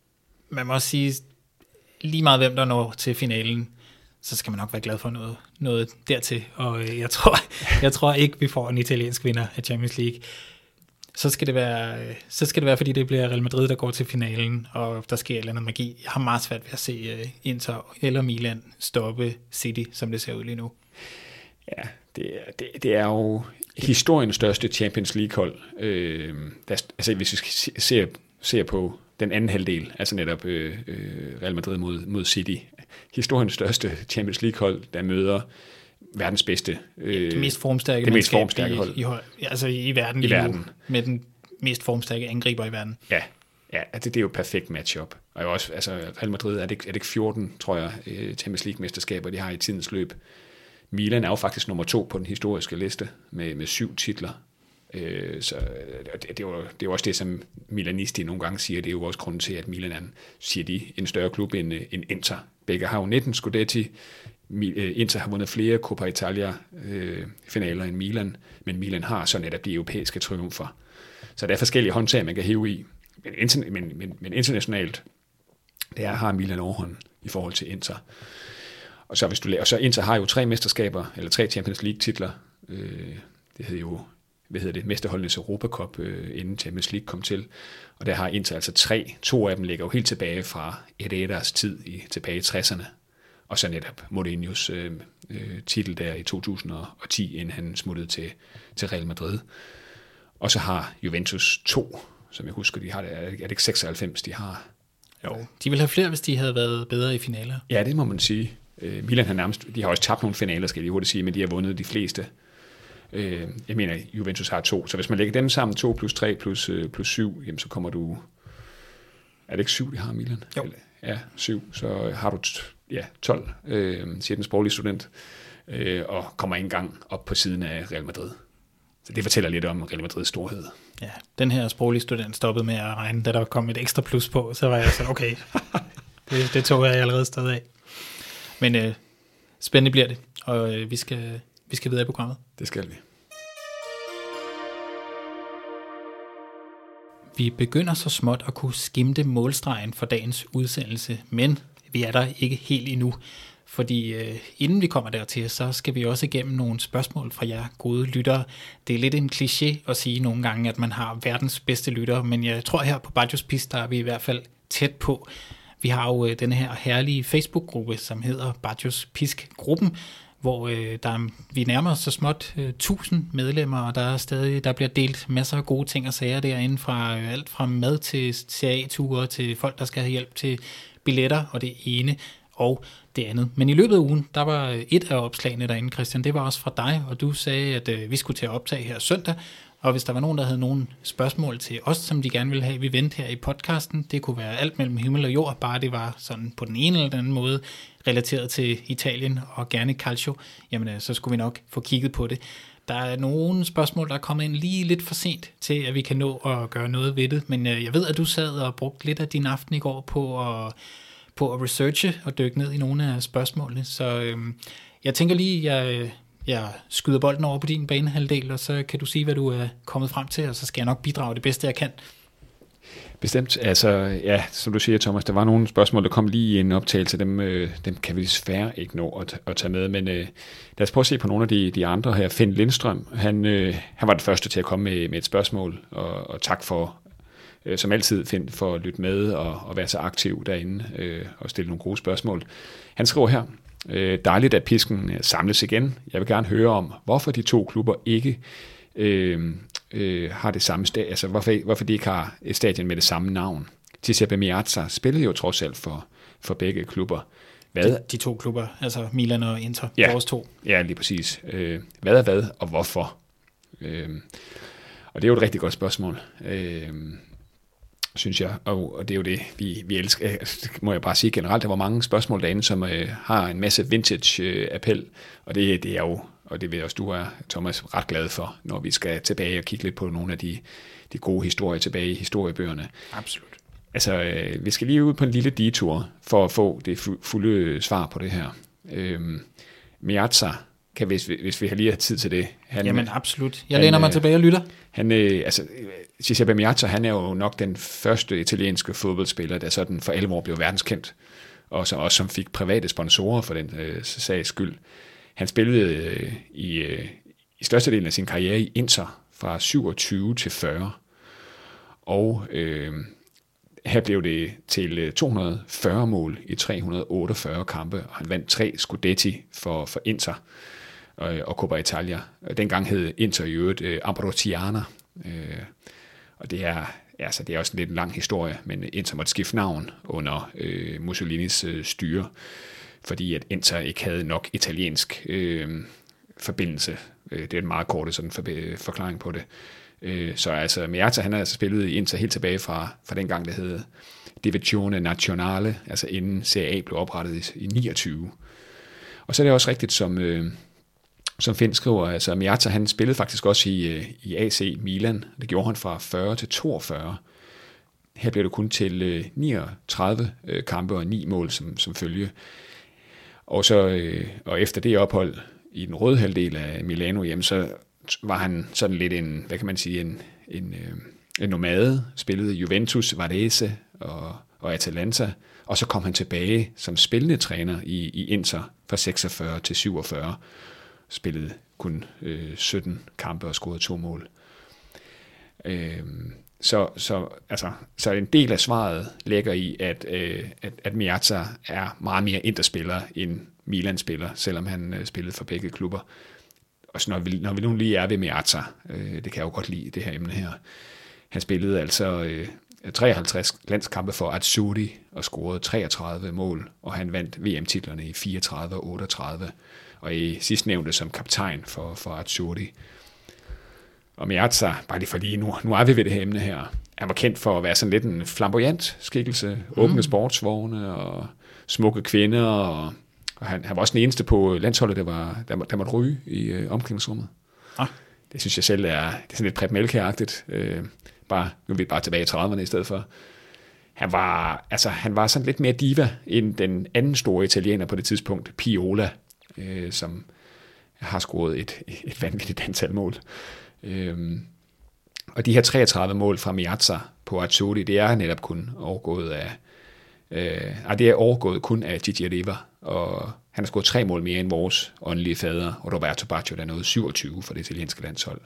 man må også sige, lige meget hvem der når til finalen, så skal man nok være glad for noget, noget dertil. Og jeg tror, jeg tror ikke, vi får en italiensk vinder af Champions League. Så skal det være, så skal det være, fordi det bliver Real Madrid, der går til finalen, og der sker et eller andet magi. Jeg har meget svært ved at se Inter eller Milan stoppe City, som det ser ud lige nu. Ja, det er, det, det er jo historiens største Champions League-hold. Øh, der, altså hvis vi ser, ser på den anden halvdel, altså netop øh, Real Madrid mod, mod City, historiens største Champions League-hold, der møder verdens bedste. Øh, det mest formstærke, det mest formstærke hold. I, i, altså i verden. I verden. Nu, med den mest formstærke angriber i verden. Ja, ja det, det er jo et perfekt matchup. Og jo også, altså Real Madrid, er det, er det ikke fjorten, tror jeg, Champions League-mesterskaber, de har i tidens løb. Milan er jo faktisk nummer to på den historiske liste, med, med syv titler. Øh, så det, det, er jo, det er jo også det, som Milanisti nogle gange siger, det er jo også grunden til, at Milan er, siger de, en større klub end, end Inter. Begge har jo nitten Scudetti. Inter har vundet flere Coppa Italia øh, finaler end Milan, men Milan har så netop de europæiske triumfer. Så der er forskellige håndtag, man kan hæve i. Men, interna- men, men, men internationalt, der har Milan overhånd i forhold til Inter. Og så, hvis du, og så Inter har jo tre mesterskaber, eller tre Champions League titler. Øh, det hedder jo, hvad hedder det, mesterholdenes Europa Cup, øh, inden Champions League kom til. Og der har Inter altså tre. To af dem ligger jo helt tilbage fra Herreras tid, i, tilbage i tresserne. Og så netop Mourinhos øh, øh, titel der i to tusind og ti, inden han smuttede til, til Real Madrid. Og så har Juventus to, som jeg husker, de har det, er det ikke seksoghalvfems, de har? Jo, de ville have flere, hvis de havde været bedre i finaler. Ja, det må man sige. Øh, Milan har nærmest, de har også tabt nogle finaler, skal jeg lige hurtigt sige, men de har vundet de fleste. Øh, jeg mener, Juventus har to, så hvis man lægger dem sammen, to plus tre plus, øh, plus syv, jamen så kommer du, er det ikke syv, de har Milan? Jo. Eller, ja, syv, så har du t- ja, tolv, øh, siger den sproglige student, øh, og kommer ikke engang op på siden af Real Madrid. Så det fortæller lidt om Real Madrids storhed. Ja, den her sproglige student stoppede med at regne, da der kom et ekstra plus på, så var jeg sådan, okay, det, det tog jeg allerede stadig af. Men øh, spændende bliver det, og øh, vi, skal, vi skal videre i programmet. Det skal vi. Vi begynder så småt at kunne skimte målstregen for dagens udsendelse, men vi er der ikke helt endnu. Fordi øh, inden vi kommer dertil, så skal vi også igennem nogle spørgsmål fra jer gode lyttere. Det er lidt en kliché at sige nogle gange, at man har verdens bedste lyttere, men jeg tror her på Bajos Pis, der er vi i hvert fald tæt på. Vi har jo øh, den her herlige Facebook-gruppe, som hedder Bajos Pisk-gruppen, hvor øh, der er, vi nærmer os så småt øh, tusind medlemmer, og der er stadig der bliver delt masser af gode ting og sager derinde, fra øh, alt fra mad til Serie A-ture, til folk, der skal have hjælp til billetter, og det ene og det andet. Men i løbet af ugen, der var et af opslagene derinde, Christian, det var også fra dig, og du sagde, at øh, vi skulle til at optage her søndag, og hvis der var nogen, der havde nogle spørgsmål til os, som de gerne ville have, vi vendte her i podcasten, det kunne være alt mellem himmel og jord, bare det var sådan på den ene eller den anden måde relateret til Italien og gerne Calcio, jamen øh, så skulle vi nok få kigget på det. Der er nogle spørgsmål, der er kommet ind lige lidt for sent til, at vi kan nå at gøre noget ved det, men øh, jeg ved, at du sad og brugte lidt af din aften i går på at på at researche og dykke ned i nogle af spørgsmålene. Så øhm, jeg tænker lige, jeg, jeg skyder bolden over på din banehalvdel, og så kan du sige, hvad du er kommet frem til, og så skal jeg nok bidrage det bedste, jeg kan. Bestemt. Altså, ja, som du siger, Thomas, der var nogle spørgsmål, der kom lige i en optagelse, dem, øh, dem kan vi desværre ikke nå at, at tage med, men øh, lad os prøve at se på nogle af de, de andre her. Finn Lindstrøm, han, øh, han var den første til at komme med, med et spørgsmål, og, og tak for, øh, som altid, Finn, for at lytte med og, og være så aktiv derinde øh, og stille nogle gode spørgsmål. Han skriver her, øh, dejligt, at pisken samles igen. Jeg vil gerne høre om, hvorfor de to klubber ikke øh, øh, har det samme stadion, altså hvorfor, hvorfor de ikke har et stadion med det samme navn. Giuseppe Meazza spillede jo trods alt for, for begge klubber. Hvad? De, de to klubber, altså Milan og Inter, ja, vores to. Ja, lige præcis. Øh, hvad er hvad, og hvorfor? Øh, og det er jo et rigtig godt spørgsmål, øh, synes jeg. Og, og det er jo det, vi, vi elsker. Det må jeg bare sige generelt, der var mange spørgsmål derinde, som øh, har en masse vintage-appel, øh, og det, det er jo, og det ved også du er, Thomas, ret glad for, når vi skal tilbage og kigge lidt på nogle af de, de gode historier tilbage i historiebøgerne. Absolut. Altså, øh, vi skal lige ud på en lille detur for at få det fu- fulde svar på det her. Øh, Meazza, kan, hvis, vi, hvis vi har lige har tid til det. Han, Jamen absolut. Jeg han, læner mig tilbage og lytter. Han, øh, altså, Giuseppe Meazza, han er jo nok den første italienske fodboldspiller, der sådan for alvor blev verdenskendt, og som også som fik private sponsorer for den øh, sags skyld. Han spillede øh, i, øh, i størstedelen af sin karriere i Inter fra syvogtyve til fyrre, og øh, her blev det til to hundrede og fyrre mål i tre hundrede og otteogfyrre kampe, og han vandt tre Scudetti for, for Inter og, og Coppa Italia. Dengang hed Inter i øvrigt øh, Abruzzana, øh, og det er, altså, det er også en lidt lang historie, men Inter måtte skifte navn under øh, Mussolinis øh, styre, fordi at Inter ikke havde nok italiensk øh, forbindelse. Det er en meget kort sådan for, forklaring på det. Så altså, Meazza, han har altså spillet i Inter helt tilbage fra, fra den gang, det hed Divisione Nazionale, altså inden Serie A blev oprettet i, i niogtyve. Og så er det også rigtigt, som, øh, som Finn skriver, altså Meazza, han spillede faktisk også i, i A C Milan. Det gjorde han fra fyrre til toogfyrre. Her blev det kun til øh, niogtredive øh, kampe og ni mål som, som følge. Og, så, øh, og efter det ophold i den røde halvdel af Milano, jamen, så var han sådan lidt en, hvad kan man sige, en, en, øh, en nomade, spillede Juventus, Varese og, og Atalanta, og så kom han tilbage som spillende træner i, i Inter fra seksogfyrre til syvogfyrre, spillede kun øh, sytten kampe og scorede to mål. Øh, så, så, altså, så en del af svaret ligger i, at, øh, at, at Meazza er meget mere Inter-spiller end Milan-spiller, selvom han øh, spillede for begge klubber. Og så når vi, når vi nu lige er ved Meazza, øh, det kan jeg jo godt lide, det her emne her. Han spillede altså øh, treoghalvtreds landskampe for Azzurri og scorede treogtredive mål, og han vandt V M-titlerne i fireogtredive og otteogtredive, og i sidstnævnte som kaptajn for, for Azzurri. Og Meazza, bare lige for lige nu, nu er vi ved det her emne her, han var kendt for at være sådan lidt en flamboyant skikkelse, mm. åbne sportsvogne og smukke kvinder, og Og han, han var også den eneste på landsholdet, der, var, der, der måtte ryge i øh, omklædningsrummet. Ah. Det synes jeg selv er, det er sådan lidt Preben Elkjær-agtigt. Øh, bare, nu er vi bare tilbage i trediverne i stedet for. Han var, altså, han var sådan lidt mere diva end den anden store italiener på det tidspunkt, Piola, øh, som har scoret et, et vanvittigt antal mål. Øh, og de her treogtredive mål fra Meazza på Azzurri, det er netop kun overgået af Øh, det er overgået kun af Gigi Riva, og han har scoret tre mål mere end vores åndelige fader, og Roberto Baggio, der nåede syvogtyve for det italienske landshold.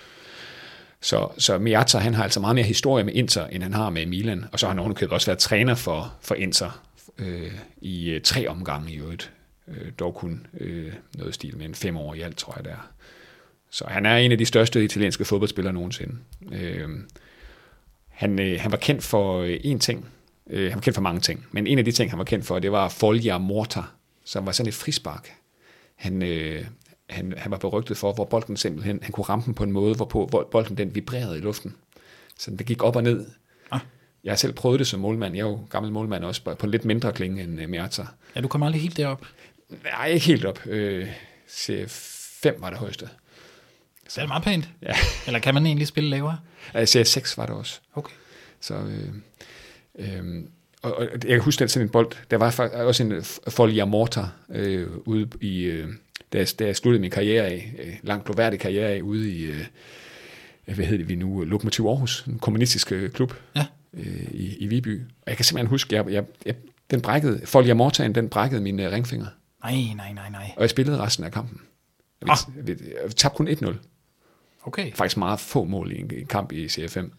Så, så Meazza, han har altså meget mere historie med Inter, end han har med Milan, og så har han ovenikøbet også været træner for, for Inter øh, i øh, tre omgange i øvrigt. Øh, dog kun øh, noget stil med en fem år i alt, tror jeg, der. Så han er en af de største italienske fodboldspillere nogensinde. Øh, han, øh, han var kendt for øh, én ting. Øh, han var kendt for mange ting, men en af de ting, han var kendt for, det var Foglia Morta, som var sådan et frispark. Han, øh, han, han var berygtet for, hvor bolden simpelthen, han kunne ramme den på en måde, hvorpå hvor bolden den vibrerede i luften. Så den gik op og ned. Ah. Jeg har selv prøvet det som målmand. Jeg er jo gammel målmand også, på en lidt mindre klinge end Meazza. Ja, du kom aldrig helt derop? Nej, ikke helt op. Øh, C fem var det højeste. Så det er meget pænt. Ja. Eller kan man egentlig spille lavere? C seks var det også. Okay. Så... Øh, Øhm, og, og jeg kan huske, den sådan en bold, der var faktisk også en Foglia Morta øh, ude i, øh, da, jeg, da jeg sluttede min karriere af, øh, langt gloværdig karriere af, ude i, øh, hvad hedder det vi nu, Lokomotiv Aarhus, en kommunistisk øh, klub ja. øh, i, i Viby. Og jeg kan simpelthen huske, jeg, jeg, jeg, den brækkede, Foglia Mortaen, den brækkede mine øh, ringfinger. Nej, nej, nej, nej. Og jeg spillede resten af kampen. Jeg, ah. jeg, jeg, jeg tabte kun et nul. Okay. Faktisk meget få mål i en, en kamp i C F M.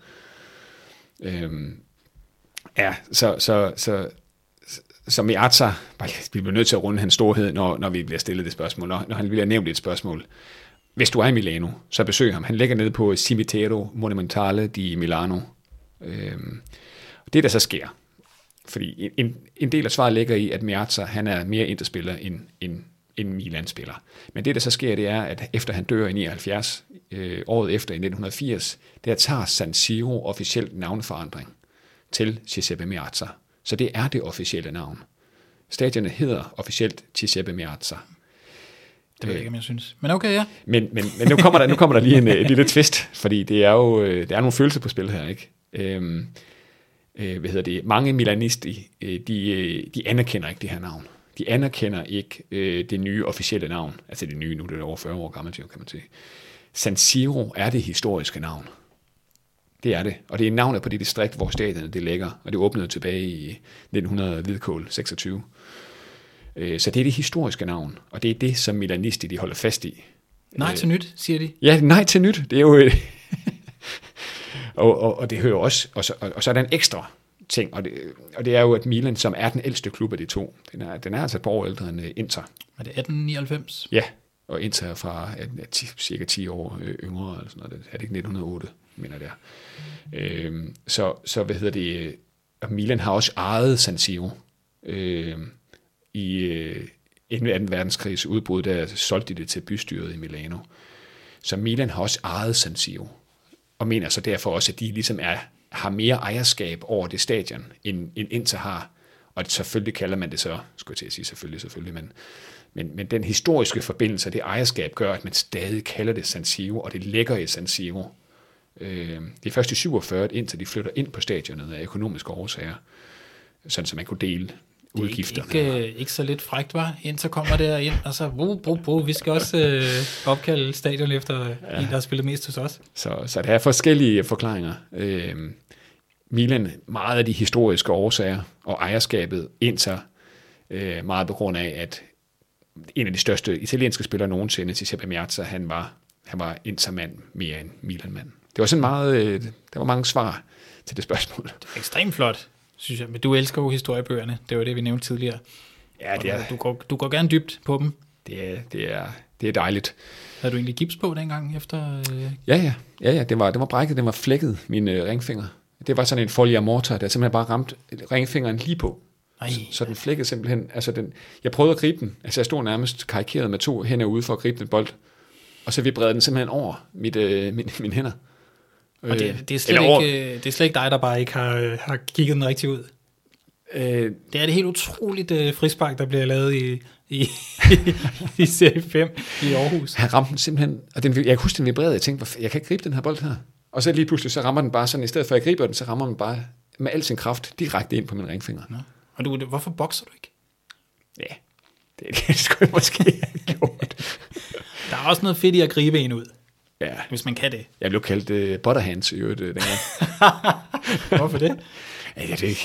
Øhm, Ja, så, så, så, så Meazza, vi bliver nødt til at runde hans storhed, når, når vi bliver stillet det spørgsmål, når, når han bliver nævnt et spørgsmål. Hvis du er i Milano, så besøg ham. Han ligger nede på Cimitero Monumentale di Milano. Øhm, det der så sker, fordi en, en del af svaret ligger i, at Meazza, han er mere interspiller end, end, end Milan-spiller. Men det der så sker, det er, at efter han dør i nioghalvfjerds, øh, året efter i nitten firs, der tager San Siro officielt navneforandring til Giuseppe Meazza. Så det er det officielle navn. Stadionet hedder officielt Giuseppe Meazza. Det ved jeg ikke, om jeg synes. Men okay, ja. Men, men, men nu, kommer der, nu kommer der lige en, en lille twist, fordi det er jo, der er nogle følelser på spil her, ikke? Øhm, øh, hvad hedder det? Mange milanister, de, de anerkender ikke det her navn. De anerkender ikke øh, det nye officielle navn, altså det nye, nu det er over fyrre år gammelt, kan man sige. San Siro er det historiske navn. Det er det, og det er navnet på det distrikt, hvor stadionet det ligger, og det åbnede tilbage i nitten hundrede hvidkål seksogtyve. Øh, så det er det historiske navn, og det er det, som milanisti de holder fast i. Nej til nyt, siger de. Ja, nej til nyt, det er jo... og, og, og det hører også, og så, og, og så er der en ekstra ting, og det, og det er jo, at Milan, som er den ældste klub af de to, den er, den er altså et par år ældre end Inter. Er det atten nioghalvfems? Ja, og Inter er fra er, er ti, cirka ti år yngre, eller sådan noget. Er det ikke nitten hundrede otte, mener det er. Øhm, så, så, hvad hedder det, og Milan har også ejet San Siro. Øhm, I øh, inden anden verdenskrigs udbrud, der solgte de det til bystyret i Milano. Så Milan har også ejet San Siro, og mener så derfor også, at de ligesom er, har mere ejerskab over det stadion, end, end Inter har. Og selvfølgelig kalder man det så, skulle jeg til at sige selvfølgelig, selvfølgelig, men, men, men den historiske forbindelse og det ejerskab gør, at man stadig kalder det San Siro, og det ligger i San Siro. Øh, det er først i syvogfyrre, at Inter de flytter ind på stadionet af økonomiske årsager, sådan så man kunne dele udgifterne. Det er ikke, ikke så lidt frækt, var. Inter kommer der ind, og så, bro, bro, bro, vi skal også øh, opkalde stadion efter ja. en, der har spillet mest hos os. Så, så der er forskellige forklaringer. Øh, Milan, meget af de historiske årsager, og ejerskabet Inter, øh, meget på grund af, at en af de største italienske spillere nogensinde, Giuseppe Meazza, han var, han var Intermand mere end Milan-mand. Det var sådan meget, øh, der var mange svar til det spørgsmål. Det er ekstremt flot, synes jeg. Men du elsker jo historiebøgerne. Det var det, vi nævnte tidligere. Ja, det er, du, du, går, du går gerne dybt på dem. Det er, det er, det er dejligt. Havde du egentlig gips på dengang efter? Øh... Ja, ja. ja, ja. Det var, det var brækket, det var flækket, mine øh, ringfinger. Det var sådan en folia mortar, der simpelthen bare ramte ringfingeren lige på. Ej. Så, så den flækkede simpelthen. Altså den, jeg prøvede at gribe den. Altså jeg stod nærmest karikeret med to hænder ude for at gribe den bold. Og så vibrerede den simpelthen over mit, øh, min, mine hænder. Og det, det, er slet ikke, det er slet ikke dig, der bare ikke har, har kigget den rigtig ud. Øh, det er det helt utroligt uh, frispark, der bliver lavet i, i, i serie fem i Aarhus. Han ramte den simpelthen, og den, jeg kan huske, den vibrerede. Jeg tænkte, jeg kan ikke gribe den her bold her. Og så lige pludselig, så rammer den bare sådan, i stedet for at jeg griber den, så rammer den bare med al sin kraft direkte ind på min ringfinger. Nå. Og du, hvorfor bokser du ikke? Ja, det, det skulle jeg måske have gjort. Der er også noget fedt i at gribe en ud. Ja. Hvis man kan det. Jeg blev kaldt uh, butterhands i øvrigt uh, dengang. Hvorfor det? Ja, det er ikke.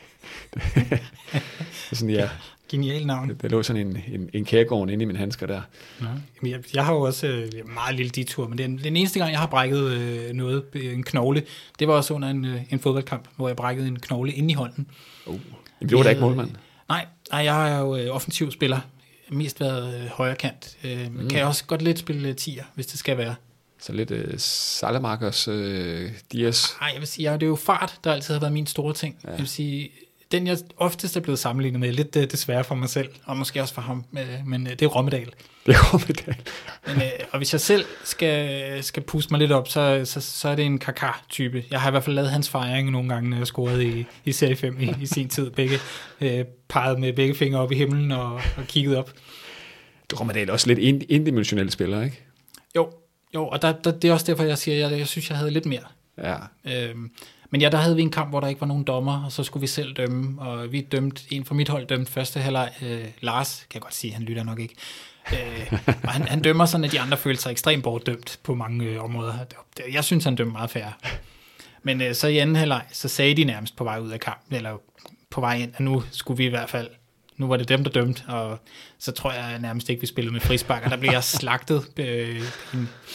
det er sådan, ja. Genial navn. Der, der lå sådan en, en, en kærgården inde i min handsker der. Ja. Jeg, jeg har jo også øh, meget lille detur, men den, den eneste gang, jeg har brækket øh, noget, en knogle, det var også under en, øh, en fodboldkamp, hvor jeg brækkede en knogle inde i hånden. Oh. Det var da ikke målmand? Nej, nej, jeg er jo øh, offensiv spiller. Mest været øh, højre kant. Øh, mm. Kan jeg også godt lidt spille tier, hvis det skal være. Så lidt øh, Salamakers øh, Dias? Nej, jeg vil sige, ja, det er jo fart, der altid har været min store ting. Ja. Jeg vil sige, den jeg oftest er blevet sammenlignet med, lidt øh, desværre for mig selv, og måske også for ham, øh, men øh, det er Rommedal. Det er Rommedal. men, øh, og hvis jeg selv skal, skal puste mig lidt op, så, så, så er det en Kaká-type. Jeg har i hvert fald lavet hans fejring nogle gange, når jeg scorede i, i serie fem i, i sin tid. Begge øh, peget med begge fingre op i himlen og, og kigget op. Rommedal er også lidt ind, indimensionelle spiller, ikke? Jo, jo og der, der, det er også derfor, jeg siger, at jeg, jeg synes, jeg havde lidt mere. Ja. Øhm, men ja, der havde vi en kamp, hvor der ikke var nogen dommer, og så skulle vi selv dømme, og vi dømte, en fra mit hold dømte første halvleg, øh, Lars, kan jeg godt sige, han lytter nok ikke, øh, og han, han dømmer sådan, at de andre følte sig ekstremt bortdømt på mange øh, områder. Jeg synes, han dømte meget fair. Men øh, så i anden halvleg, så sagde de nærmest på vej ud af kampen, eller på vej ind, at nu skulle vi i hvert fald, nu var det dem, der dømte, og så tror jeg nærmest ikke, vi spillede med frispark, og der blev jeg slagtet øh, i,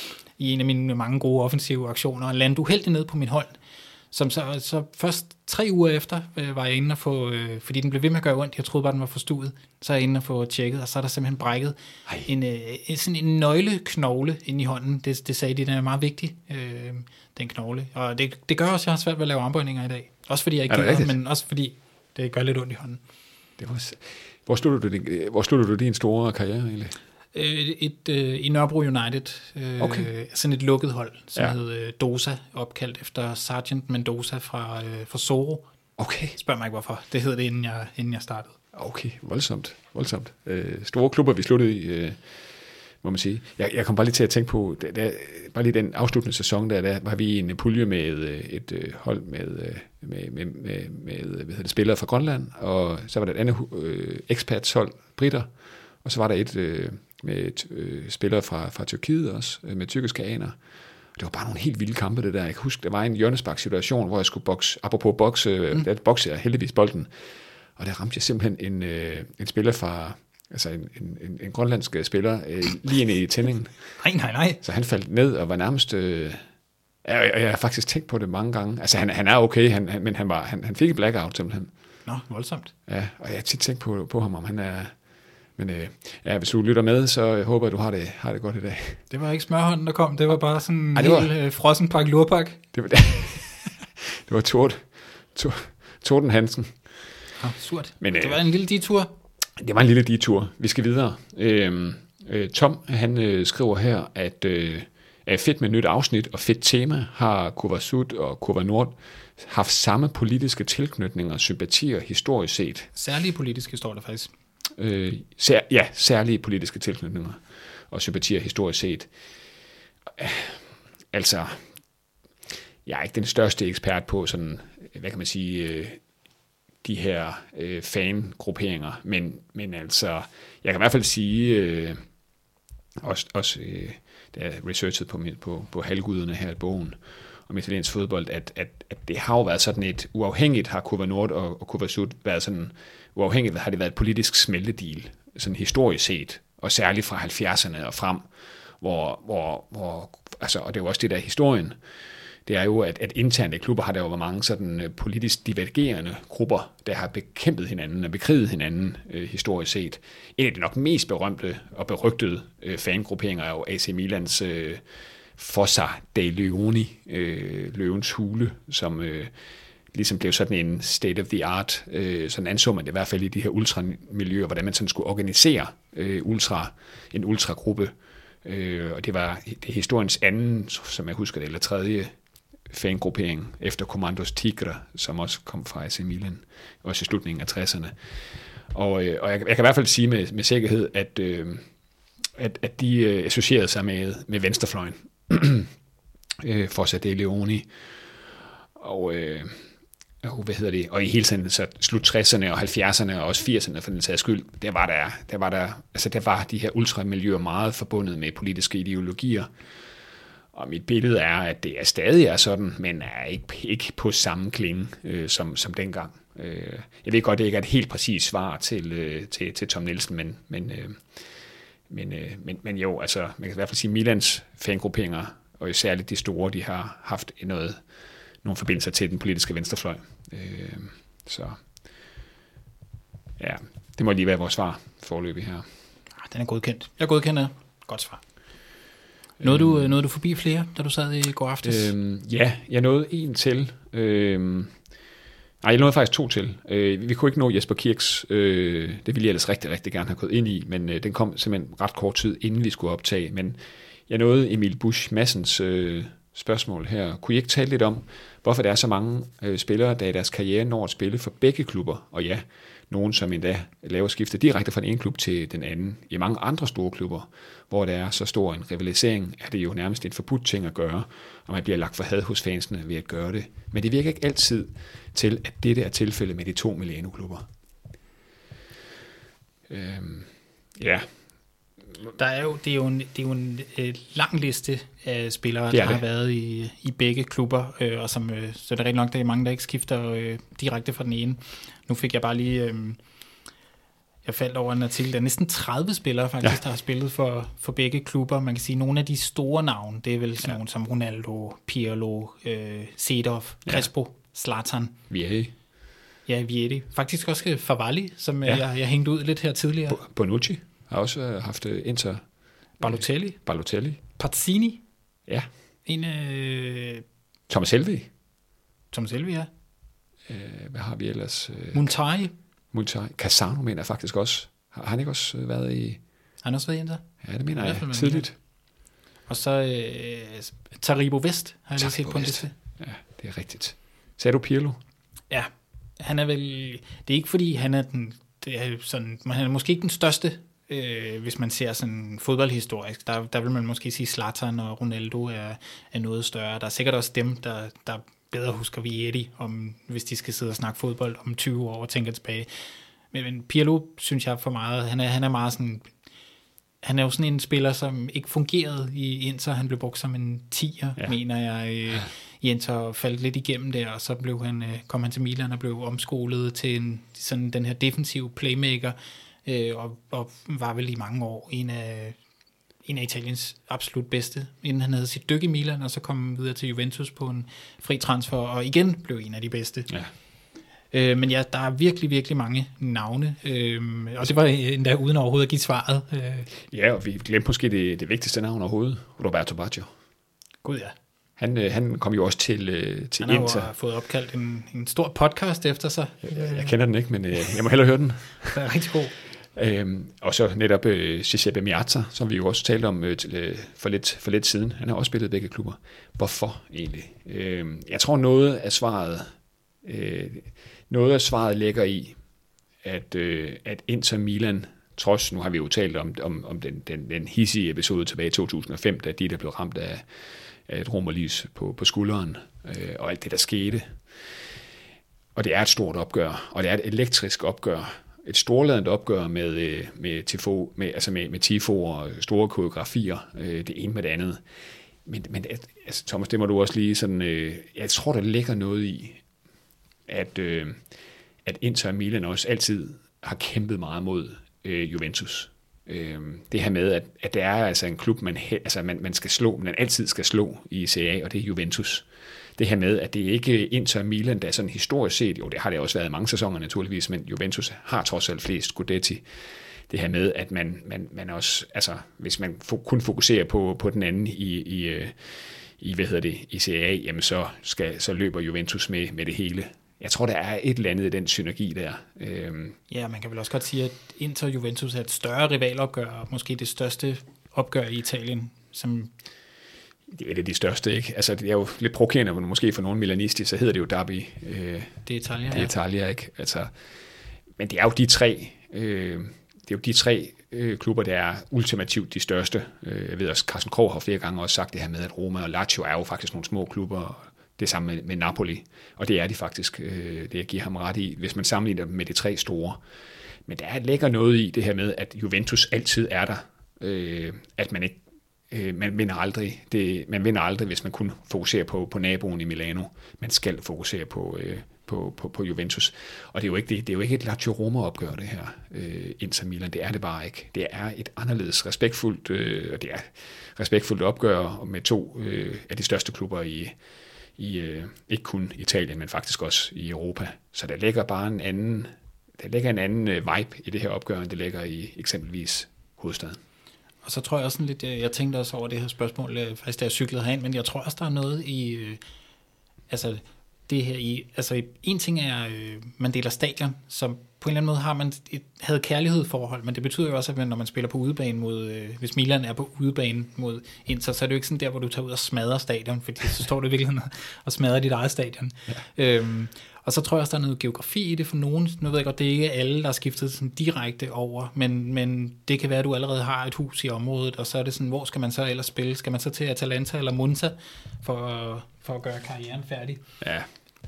i en af mine mange gode offensive aktioner, og landede uheldigt ned på min hold. Som så, så først tre uger efter øh, var jeg inde og få, øh, fordi den blev ved med at gøre ondt, jeg troede bare, den var forstuet, så er jeg inde og få tjekket, og så er der simpelthen brækket en, øh, sådan en nøgleknogle inde i hånden. Det, det sagde de, den er meget vigtig, øh, den knogle. Og det, det gør også, at jeg har svært ved at lave armbøjninger i dag. Også fordi jeg ikke gør, men også fordi det gør lidt ondt i hånden. Det var, hvor sluttede du, din, hvor sluttede du din store karriere egentlig? Et, et, øh, i Nørrebro United, øh, okay. Sådan et lukket hold, som ja. hed øh, Dosa, opkaldt efter Sergeant Mendoza fra, øh, fra Zorro. Okay. Spørg mig ikke hvorfor, det hed det inden jeg, inden jeg startede. Okay, voldsomt, voldsomt. Øh, store klubber vi sluttede i, øh, må man sige. Jeg, jeg kom bare lige til at tænke på, der, der, bare lige den afsluttende sæson, der, der var vi i en pulje med et øh, hold med, med, med, med, med hvad hedder det, spillere fra Grønland, og så var der et andet øh, expatshold, britter, og så var der et øh, med øh, spillere fra, fra Tyrkiet også, øh, med tyrkiske aner. Det var bare nogle helt vilde kampe, det der. Jeg kan huske, der var en hjørnespark-situation, hvor jeg skulle bokse, apropos bokse, mm. der bokse jeg heldigvis bolden, og der ramte jeg simpelthen en, øh, en spiller fra, altså en, en, en grønlandsk spiller, øh, lige ind i tændingen. Nej, nej, nej. Så han faldt ned og var nærmest, øh, jeg, jeg har faktisk tænkt på det mange gange. Altså han, han er okay, han, han, men han, var, han, han fik et blackout simpelthen. Nå, voldsomt. Ja, og jeg har tit tænkt på, på ham, om han er... Men øh, ja, hvis du lytter med, så jeg håber, at du har det, har det godt i dag. Det var ikke smørhånden, der kom. Det var bare sådan en Ej, var, hel øh, frossen pakke lurpak. Det var, det var Tord, Tord, Torben Hansen. Ja, surt. Men, øh, det var en lille detur. Det var en lille detur. Vi skal videre. Øh, øh, Tom, han øh, skriver her, at øh, er fedt med et nyt afsnit og fedt tema, har Kuva-Sud og Kuva-Nord haft samme politiske tilknytninger, sympatier historisk set. Særlige politiske står der faktisk. Øh, sær, ja, særlige politiske tilknytninger og sympatier historisk set. Altså, jeg er ikke den største ekspert på sådan, hvad kan man sige, øh, de her øh, fangrupperinger, men, men altså, jeg kan i hvert fald sige, øh, også, også øh, da jeg researchede på, på, på halvguderne her i bogen om italiensk fodbold, at, at, at det har jo været sådan et uafhængigt, har Kuva-Nord og, og Kuva-Sud været sådan, uafhængigt har det været et politisk smeltedeal, sådan historisk set, og særligt fra halvfjerdserne og frem, hvor, hvor, hvor altså, og det er jo også det der historien, det er jo, at, at internt i klubber har der jo været mange sådan politisk divergerende grupper, der har bekæmpet hinanden og bekriget hinanden øh, historisk set. En af de nok mest berømte og berygtede øh, fangrupperinger er jo A C Milans øh, Fossa dei Leoni, øh, løvens hule, som øh, ligesom blev sådan en state of the art, øh, sådan anså man det i hvert fald i de her ultramiljøer, hvordan man sådan skulle organisere øh, ultra, en ultragruppe. Øh, og det var det historiens anden, som jeg husker det, eller tredje fangruppering efter Commandos Tigre, som også kom fra A C Milan, også i slutningen af tresserne. Og, øh, og jeg, jeg kan i hvert fald sige med, med sikkerhed, at, øh, at, at de øh, associerede sig med, med venstrefløjen. øh, Fossa dei Leoni. Og, øh, og hvad hedder det? Og i hele tiden, så slut tresserne og halvfjerdserne og også firserne for den sags skyld, der var der, der var der, altså der var de her ultramiljøer meget forbundet med politiske ideologier. Og mit billede er, at det er stadig er sådan, men er ikke, ikke på samme klinge øh, som, som dengang. Øh, jeg ved godt, det ikke er et helt præcist svar til, øh, til, til Tom Nielsen, men, men, øh, men, øh, men, men jo, altså, man kan i hvert fald sige, Milans fangrupperinger, og særligt de store, de har haft noget, nogle forbindelser til den politiske venstrefløj. Øh, så ja, det må lige være vores svar foreløbig her. Den er godkendt. Jeg godkender. Godt svar. Nåede du, nåede du forbi flere, da du sad i går aftes? Øhm, ja, jeg nåede en til. Øhm, nej, jeg nåede faktisk to til. Øh, vi kunne ikke nå Jesper Kirks. Øh, det ville jeg ellers rigtig, rigtig gerne have gået ind i, men øh, den kom simpelthen ret kort tid, inden vi skulle optage. Men jeg nåede Emil Busch Madsens øh, spørgsmål her. Kunne I ikke tale lidt om, hvorfor der er så mange øh, spillere, der i deres karriere når at spille for begge klubber? Og ja, nogen som endda laver skifter direkte fra den ene klub til den anden. I mange andre store klubber, hvor der er så stor en rivalisering, er det jo nærmest en forbudt ting at gøre, og man bliver lagt for had hos fansene ved at gøre det. Men det virker ikke altid til, at dette er tilfældet med de to Milano-klubber. Øhm, ja. Der er jo, det er jo en, det er jo en øh, lang liste af spillere, der har det. været i, i begge klubber, øh, og som, øh, så det er rigtig nok, der er mange, der ikke skifter øh, direkte fra den ene. Nu fik jeg bare lige, øh, jeg faldt over en artikel, der er næsten tredive spillere faktisk, ja. der har spillet for, for begge klubber. Man kan sige, nogle af de store navne, det er vel sådan ja. nogle som Ronaldo, Pirlo, øh, Seedorf, Crespo, ja. Zlatan. Vieri. Ja, Vieri. Faktisk også Favalli, som ja. jeg, jeg hængte ud lidt her tidligere. Bonucci har også haft Inter. Balotelli. Balotelli. Pazzini. Ja. En øh... Thomas Helveg. Thomas Helveg, ja. Øh, hvad har vi ellers? Montari. Montari. Casano mener jeg faktisk også. Har han ikke også været i... Har han også været i Inter? Ja, det mener jeg, jeg tidligt. Og så øh, Taribo Vest har jeg lige set på en liste. Ja, det er rigtigt. Sagde du Pirlo? Ja, han er vel... Det er ikke fordi, han er den... Det er sådan, han er måske ikke den største øh, hvis man ser sådan fodboldhistorisk. Der, der vil man måske sige, Zlatan og Ronaldo er, er noget større. Der er sikkert også dem, der, der bedre husker Vieri, om, hvis de skal sidde og snakke fodbold om tyve år og tænke tilbage. Men, men Pirlo, synes jeg for meget, han er, han er meget sådan, han er jo sådan en spiller, som ikke fungerede i Inter. Han blev brugt som en tier, ja. mener jeg, øh, i Inter, og faldt lidt igennem der, og så blev han, øh, kom han til Milan og blev omskolet til en, sådan den her defensive playmaker, øh, og, og var vel i mange år en af, en af Italiens absolut bedste, inden han havde sit dyk i Milan, og så kom videre til Juventus på en fri transfer, og igen blev en af de bedste. Ja. Øh, men ja, der er virkelig, virkelig mange navne, øh, og det var endda uden overhovedet at give svaret. Øh. Ja, og vi glemte måske det, det vigtigste navn overhovedet, Roberto Baggio. Gud ja. Han, øh, han kom jo også til, øh, til han Inter. Han har jo fået opkaldt en, en stor podcast efter sig. Jeg, jeg kender den ikke, men øh, jeg må hellere høre den. Den er rigtig god. Øhm, og så netop øh, Giuseppe Meazza, som vi jo også talte om øh, til, øh, for, lidt, for lidt siden. Han har også spillet begge klubber. Hvorfor egentlig? Øhm, jeg tror noget af svaret øh, noget af svaret ligger i, at, øh, at Inter Milan, trods, nu har vi jo talt om, om, om den, den, den hissige episode tilbage i to tusind og fem, da de der blev ramt af, af et romerlys på, på skulderen, øh, og alt det der skete. Og det er et stort opgør, og det er et elektrisk opgør, et storladent opgør med, med, tifo, med, altså med, med tifoer og store koreografier, det ene med det andet. Men, men altså, Thomas, det må du også lige sådan, jeg tror, der ligger noget i, at, at Inter og Milan også altid har kæmpet meget mod øh, Juventus. Øh, det her med, at, at det er altså en klub, man, altså man, man skal slå, man altid skal slå i Serie A, og det er Juventus. Det her med, at det ikke Inter og Milan, der er sådan historisk set, jo det har det også været mange sæsoner naturligvis, men Juventus har trods alt flest Scudetti. Det her med, at man, man, man også, altså hvis man kun fokuserer på, på den anden i, i, i, hvad hedder det, i Serie A, jamen så, skal, så løber Juventus med, med det hele. Jeg tror, der er et eller andet i den synergi der. Øhm. Ja, man kan vel også godt sige, at Inter og Juventus er et større rivalopgør, og måske det største opgør i Italien, som... Det er et af de største, ikke? Altså, det er jo lidt provokerende, men måske for nogle milanisti, så hedder det jo Derby. Øh, det er Italia, Det er Italia, ikke? Altså, men det er jo de tre, øh, det er jo de tre øh, klubber, der er ultimativt de største. Øh, jeg ved også, Carsten Krog har flere gange også sagt det her med, at Roma og Lazio er jo faktisk nogle små klubber, det samme med, med Napoli, og det er de faktisk, øh, det jeg giver ham ret i, hvis man sammenligner dem med de tre store. Men der ligger noget i det her med, at Juventus altid er der, øh, at man ikke Man vinder aldrig, det, man vinder aldrig, hvis man kun fokuserer på, på naboen i Milano. Man skal fokusere på, øh, på, på, på Juventus. Og det er jo ikke, det, det er jo ikke et Lazio-Roma-opgør, det her, øh, Inter Milan. Det er det bare ikke. Det er et anderledes respektfuldt, øh, og det er respektfuldt opgør med to øh, af de største klubber i, i øh, ikke kun Italien, men faktisk også i Europa. Så der ligger bare en anden, der ligger en anden vibe i det her opgør, end det ligger i eksempelvis hovedstaden. Og så tror jeg også sådan lidt, jeg tænkte også over det her spørgsmål, faktisk da jeg cyklede herind, men jeg tror også, der er noget i, øh, altså det her i, altså en ting er, øh, man deler stadion, så på en eller anden måde har man et, havde kærlighedsforhold, men det betyder jo også, at når man spiller på udebane mod, øh, hvis Milan er på udebane mod Inter, så er det jo ikke sådan der, hvor du tager ud og smadrer stadion, fordi så står du virkelig og smadrer dit eget stadion. Ja. Øhm, Og så tror jeg også, der er noget geografi i det for nogen. Nu ved jeg godt, det er ikke alle, der er skiftet sådan direkte over, men, men det kan være, at du allerede har et hus i området, og så er det sådan, hvor skal man så ellers spille? Skal man så til Atalanta eller Monza for, for at gøre karrieren færdig? Ja,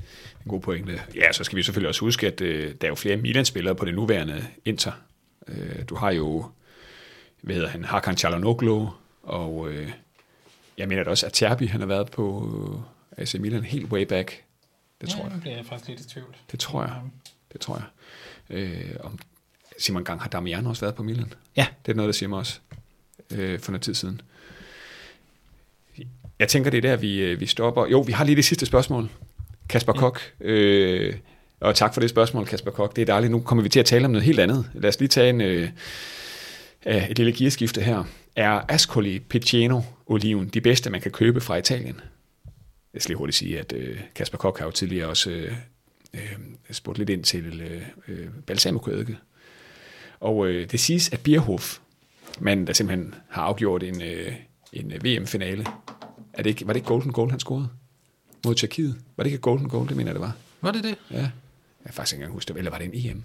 en god pointe. Ja, så skal vi selvfølgelig også huske, at øh, der er jo flere Milan-spillere på det nuværende Inter. Øh, du har jo, hvad hedder han, Hakan Çalhanoğlu, og øh, jeg mener da også, at Acerbi, han har været på A C Milan helt way back. Det tror ja, jeg. det bliver jeg faktisk lidt i tvivl. Det tror jeg. Det tror jeg. Øh, om Simon Gang har Damiano også været på Milan. Ja. Det er noget, der siger mig også øh, for noget tid siden. Jeg tænker, det er der, vi, vi stopper. Jo, vi har lige det sidste spørgsmål. Kasper ja. Koch. Øh, og tak for det spørgsmål, Kasper Koch. Det er dejligt. Nu kommer vi til at tale om noget helt andet. Lad os lige tage en, øh, et lille gearskifte her. Er Ascoli Piceno oliven de bedste, man kan købe fra Italien? Jeg skal lige hurtigt sige, at øh, Kasper Koch har jo tidligere også øh, øh, spurgt lidt ind til øh, balsamicoeddike. Og øh, det siges, at Bierhoff, manden der simpelthen har afgjort en, øh, en V M-finale, er det ikke, var det ikke golden goal, han scorede mod Tjekkiet? Var det ikke et golden goal, det mener jeg, det var? Var det det? Ja, jeg har faktisk ikke engang huske det. Eller var det en E M?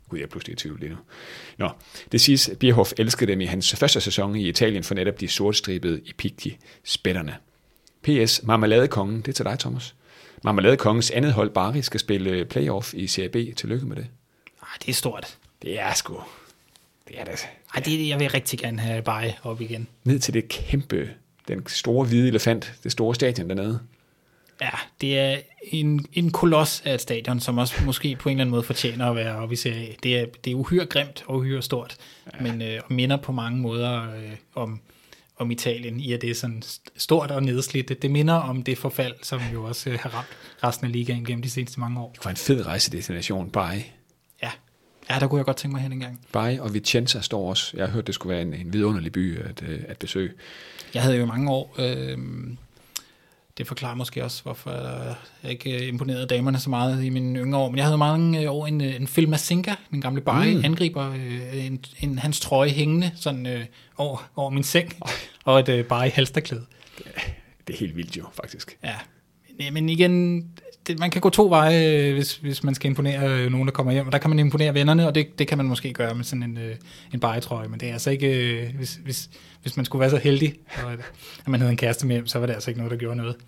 Gud, jeg er pludselig i tvivl lige nu. Nå, det siges, at Bierhoff elskede dem i hans første sæson i Italien for netop de sortstribede i Picti-spætterne. P S. Marmeladekongen, det er til dig, Thomas. Marmeladekongens andet hold, Bari, skal spille playoff i Serie B. Tillykke med det. Ej, det er stort. Det er sgu... Det er det. Ej, det, jeg vil rigtig gerne have Bari op igen. Ned til det kæmpe, den store hvide elefant, det store stadion dernede. Ja, det er en, en koloss af et stadion, som også måske på en eller anden måde fortjener at være oppe i Serie A. Det er, det er uhyre grimt og uhyre stort, ja. men øh, minder på mange måder øh, om, om Italien, i at det er sådan stort og nedslidt. Det minder om det forfald, som jo også øh, har ramt resten af ligaen gennem de seneste mange år. Det var en fed rejsedestination, Bari. Ja. Ja, der kunne jeg godt tænke mig hen engang. Bari og Vicenza står også. Jeg har hørt, det skulle være en, en vidunderlig by at, at besøge. Jeg havde jo mange år... Øh, Det forklarer måske også, hvorfor jeg ikke imponerede damerne så meget i mine yngre år. Men jeg havde mange år en, en Phil Masinga, min gamle Bari, mm. angriber, en, en, hans trøje hængende sådan, øh, over, over min seng, oh. og et øh, Bari halsterklæde. Det, det er helt vildt jo, faktisk. Ja, men, men igen, det, man kan gå to veje, hvis, hvis man skal imponere nogen, der kommer hjem. Og der kan man imponere vennerne, og det, det kan man måske gøre med sådan en, øh, en Bari-trøje. Men det er altså ikke, øh, hvis, hvis, hvis man skulle være så heldig, og, at man havde en kæreste med hjem, så var det altså ikke noget, der gjorde noget.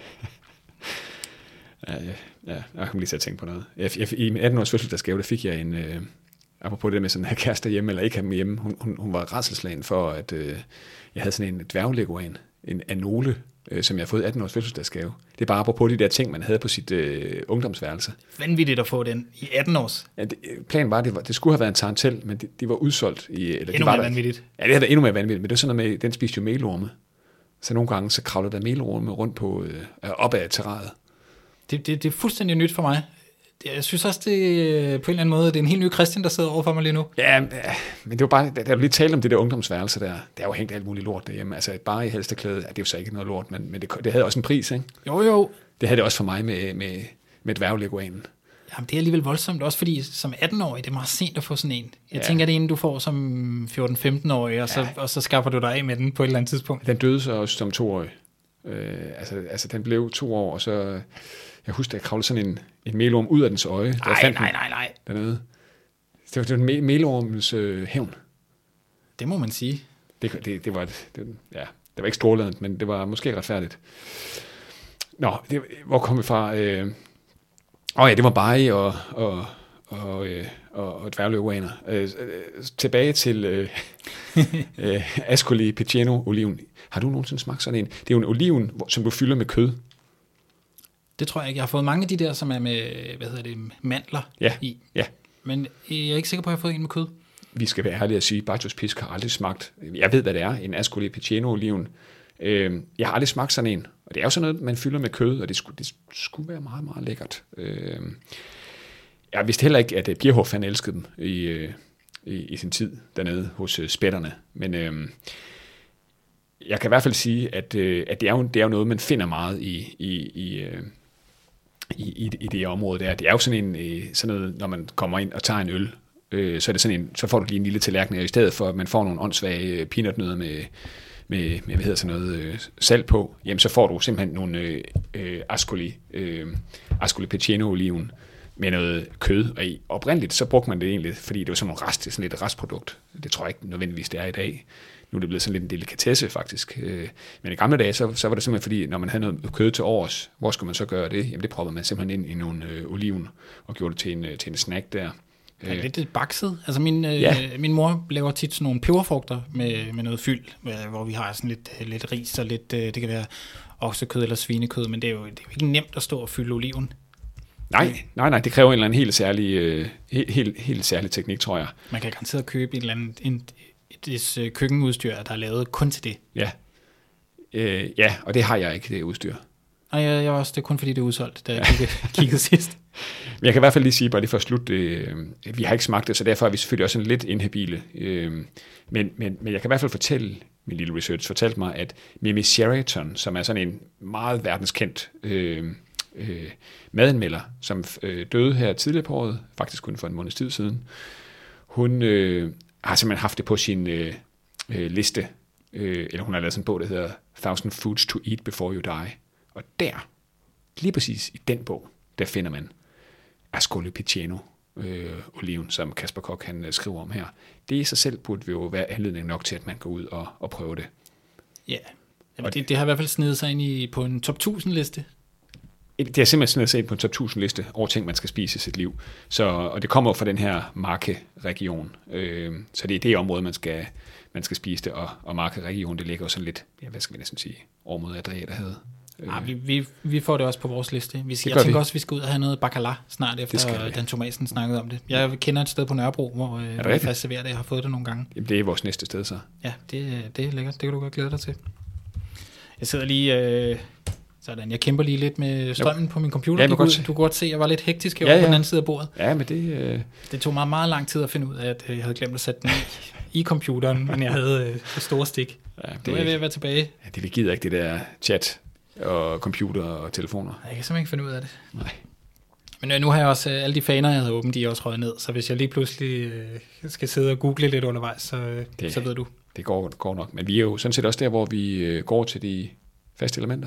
Ja, ja, ja, jeg kom lige til at tænke på noget. Jeg, jeg, I atten års fødselsdagsgave, der fik jeg en, øh, apropos det med sådan en kæreste hjemme, eller ikke have dem hjemme, hun, hun, hun var rædselsslagen for, at øh, jeg havde sådan en dværgleguan, en anole, øh, som jeg har fået atten års fødselsdagsgave. Det er bare apropos de der ting, man havde på sit øh, ungdomsværelse. Vanvittigt at få den i atten års. Ja, det, planen var, det, var, det skulle have været en tarantel, men de, de var udsolgt. I, eller endnu de var mere der, vanvittigt. Ja, det havde været endnu mere vanvittigt, men det var sådan noget med, den spiste jo melorme. Så nogle gange, så kravlede der melorme rundt på, øh, op ad terræet. Det, det, det er fuldstændig nyt for mig. Jeg synes også, det på en eller anden måde, det er en helt ny Christian, der sidder overfor mig lige nu. Ja, men det var bare, da du lige talte om det der ungdomsværelse der, det er jo hængt alt muligt lort derhjemme. Altså bare i halsterklæde, ja, det er jo så ikke noget lort, men, men det, det havde også en pris, ikke? Jo, jo. Det havde det også for mig med, med, med dværgleguanen. Jamen, det er alligevel voldsomt, også fordi som atten-årig, det er meget sent at få sådan en. Jeg ja. tænker, det er en, du får som fjorten-femten-årig, og, så, ja. og så skaffer du dig af med den på et eller andet tidspunkt. Den døde så også som toårig. Øh, altså, altså, den blev to år, og så... Jeg husker, at jeg kravlede sådan en, en melorm ud af dens øje. Nej, nej, nej, nej. Dernede. Det var, det var en melormens øh, hævn. Det må man sige. Det, det, det var det, ja, det var ikke stråladent, men det var måske retfærdigt. Nå, det, hvor kom vi fra? Øh, åh ja, det var Bari og, og, og, øh, og, og dværgleguaner. Øh, tilbage til øh, øh, Ascoli Piceno oliven. Har du nogensinde smagt sådan en? Det er jo en oliven, som du fylder med kød. Det tror jeg ikke. Jeg har fået mange af de der, som er med, hvad hedder det, mandler ja, i. Ja. Men jeg er ikke sikker på, at jeg har fået en med kød. Vi skal være ærlige at sige, Bacchus Pisk har aldrig smagt. Jeg ved, hvad det er, en Ascoli Piceno-oliven. Øh, jeg har aldrig smagt sådan en. Og det er jo sådan noget, man fylder med kød, og det skulle, det skulle være meget, meget lækkert. Øh, jeg vidste heller ikke, at Bierhoff, han elskede dem i, i, i sin tid dernede hos spætterne. Men øh, jeg kan i hvert fald sige, at, at det, er jo, det er jo noget, man finder meget i... i, i I, i, i det område der. Det er jo sådan en, sådan noget, når man kommer ind og tager en øl, øh, så er det sådan en, så får du lige en lille tallerken, i stedet for, at man får nogle åndssvage peanutnødder med, med, med, hvad hedder sådan noget, øh, salt på, jamen så får du simpelthen nogle øh, Ascoli, øh, Ascoli Piceno-oliven med noget kød, og i, oprindeligt så brugte man det egentlig, fordi det var sådan nogle rest, sådan lidt restprodukt. Det tror jeg ikke nødvendigvis, det er i dag. Nu er det blevet sådan lidt en delikatesse, faktisk. Men i gamle dage, så, så var det simpelthen fordi, når man havde noget kød til års, hvor skulle man så gøre det? Jamen det proppede man simpelthen ind i nogle øh, oliven, og gjorde det til en, til en snack der. Ja, lidt et bakset. Altså min, øh, ja. min mor laver tit sådan nogle peberfrugter med, med noget fyld, hvor vi har sådan lidt, lidt ris og lidt, det kan være oksekød eller svinekød, men det er jo, det er jo ikke nemt at stå og fylde oliven. Nej, nej, nej, det kræver en eller anden helt særlig, øh, helt, helt, helt særlig teknik, tror jeg. Man kan garanteret købe en eller anden, en, et, et køkkenudstyr, der er lavet kun til det. Ja, øh, ja, og det har jeg ikke, det udstyr. Nej, jeg, jeg var også, det er kun fordi det er udsolgt, da jeg kiggede, kiggede sidst. Men jeg kan i hvert fald lige sige, bare lige for at slutte, øh, vi har ikke smagt det, så derfor er vi selvfølgelig også lidt inhabile. Øh, men, men, men jeg kan i hvert fald fortælle, min lille research fortalte mig, at Mimi Sheraton, som er sådan en meget verdenskendt øh, øh, madanmelder, som øh, døde her tidligere på året, faktisk kun for en måneds tid siden, hun øh, har simpelthen haft det på sin øh, øh, liste, øh, eller hun har lavet sådan en bog, der hedder Thousand Foods to Eat Before You Die. Og der, lige præcis i den bog, der finder man Ascoli Piceno øh, oliven, som Kasper Koch han øh, skriver om her. Det i sig selv burde jo være anledning nok til, at man går ud og, og prøver det. Ja, Jamen, det, det har i hvert fald snedet sig ind i, på en top tusind liste. Det er simpelthen snedet sig ind på en top tusind liste over ting, man skal spise i sit liv. Så, og det kommer jo fra den her Marke-region. Øh, så det er det område, man skal, man skal spise det. Og, og Marke-region, det ligger jo sådan lidt, ja, hvad skal vi næsten sige, over mod Adria, der havde. Ja, vi, vi, vi får det også på vores liste. Vi skal, jeg tænker vi. også, at vi skal ud og have noget bacala snart, efter Dan Thomasen snakkede om det. Jeg kender et sted på Nørrebro, hvor vi fast serverer det. Jeg har fået det nogle gange. Jamen, det er vores næste sted så. Ja, det, det er lækkert. Det kan du godt glæde dig til. Jeg sidder lige... Øh, sådan, jeg kæmper lige lidt med strømmen jo. på min computer. Ja, du, kunne, du kunne godt se, at jeg var lidt hektisk herovre ja, ja. på den anden side af bordet. Ja, men det... Øh... Det tog mig meget lang tid at finde ud af, at jeg havde glemt at sætte den i, i computeren, men jeg havde øh, et store stik. Ja, det, nu er jeg ved at være tilbage. Ja, det vi gider ikke, det der chat og computer og telefoner. Jeg kan simpelthen ikke finde ud af det. Nej. Men øh, nu har jeg også, øh, alle de faner, jeg havde åbent, de er også røget ned, så hvis jeg lige pludselig øh, skal sidde og google lidt undervejs, så, øh, det, så ved du. Det går, går nok, men vi er jo sådan set også der, hvor vi øh, går til de faste elementer.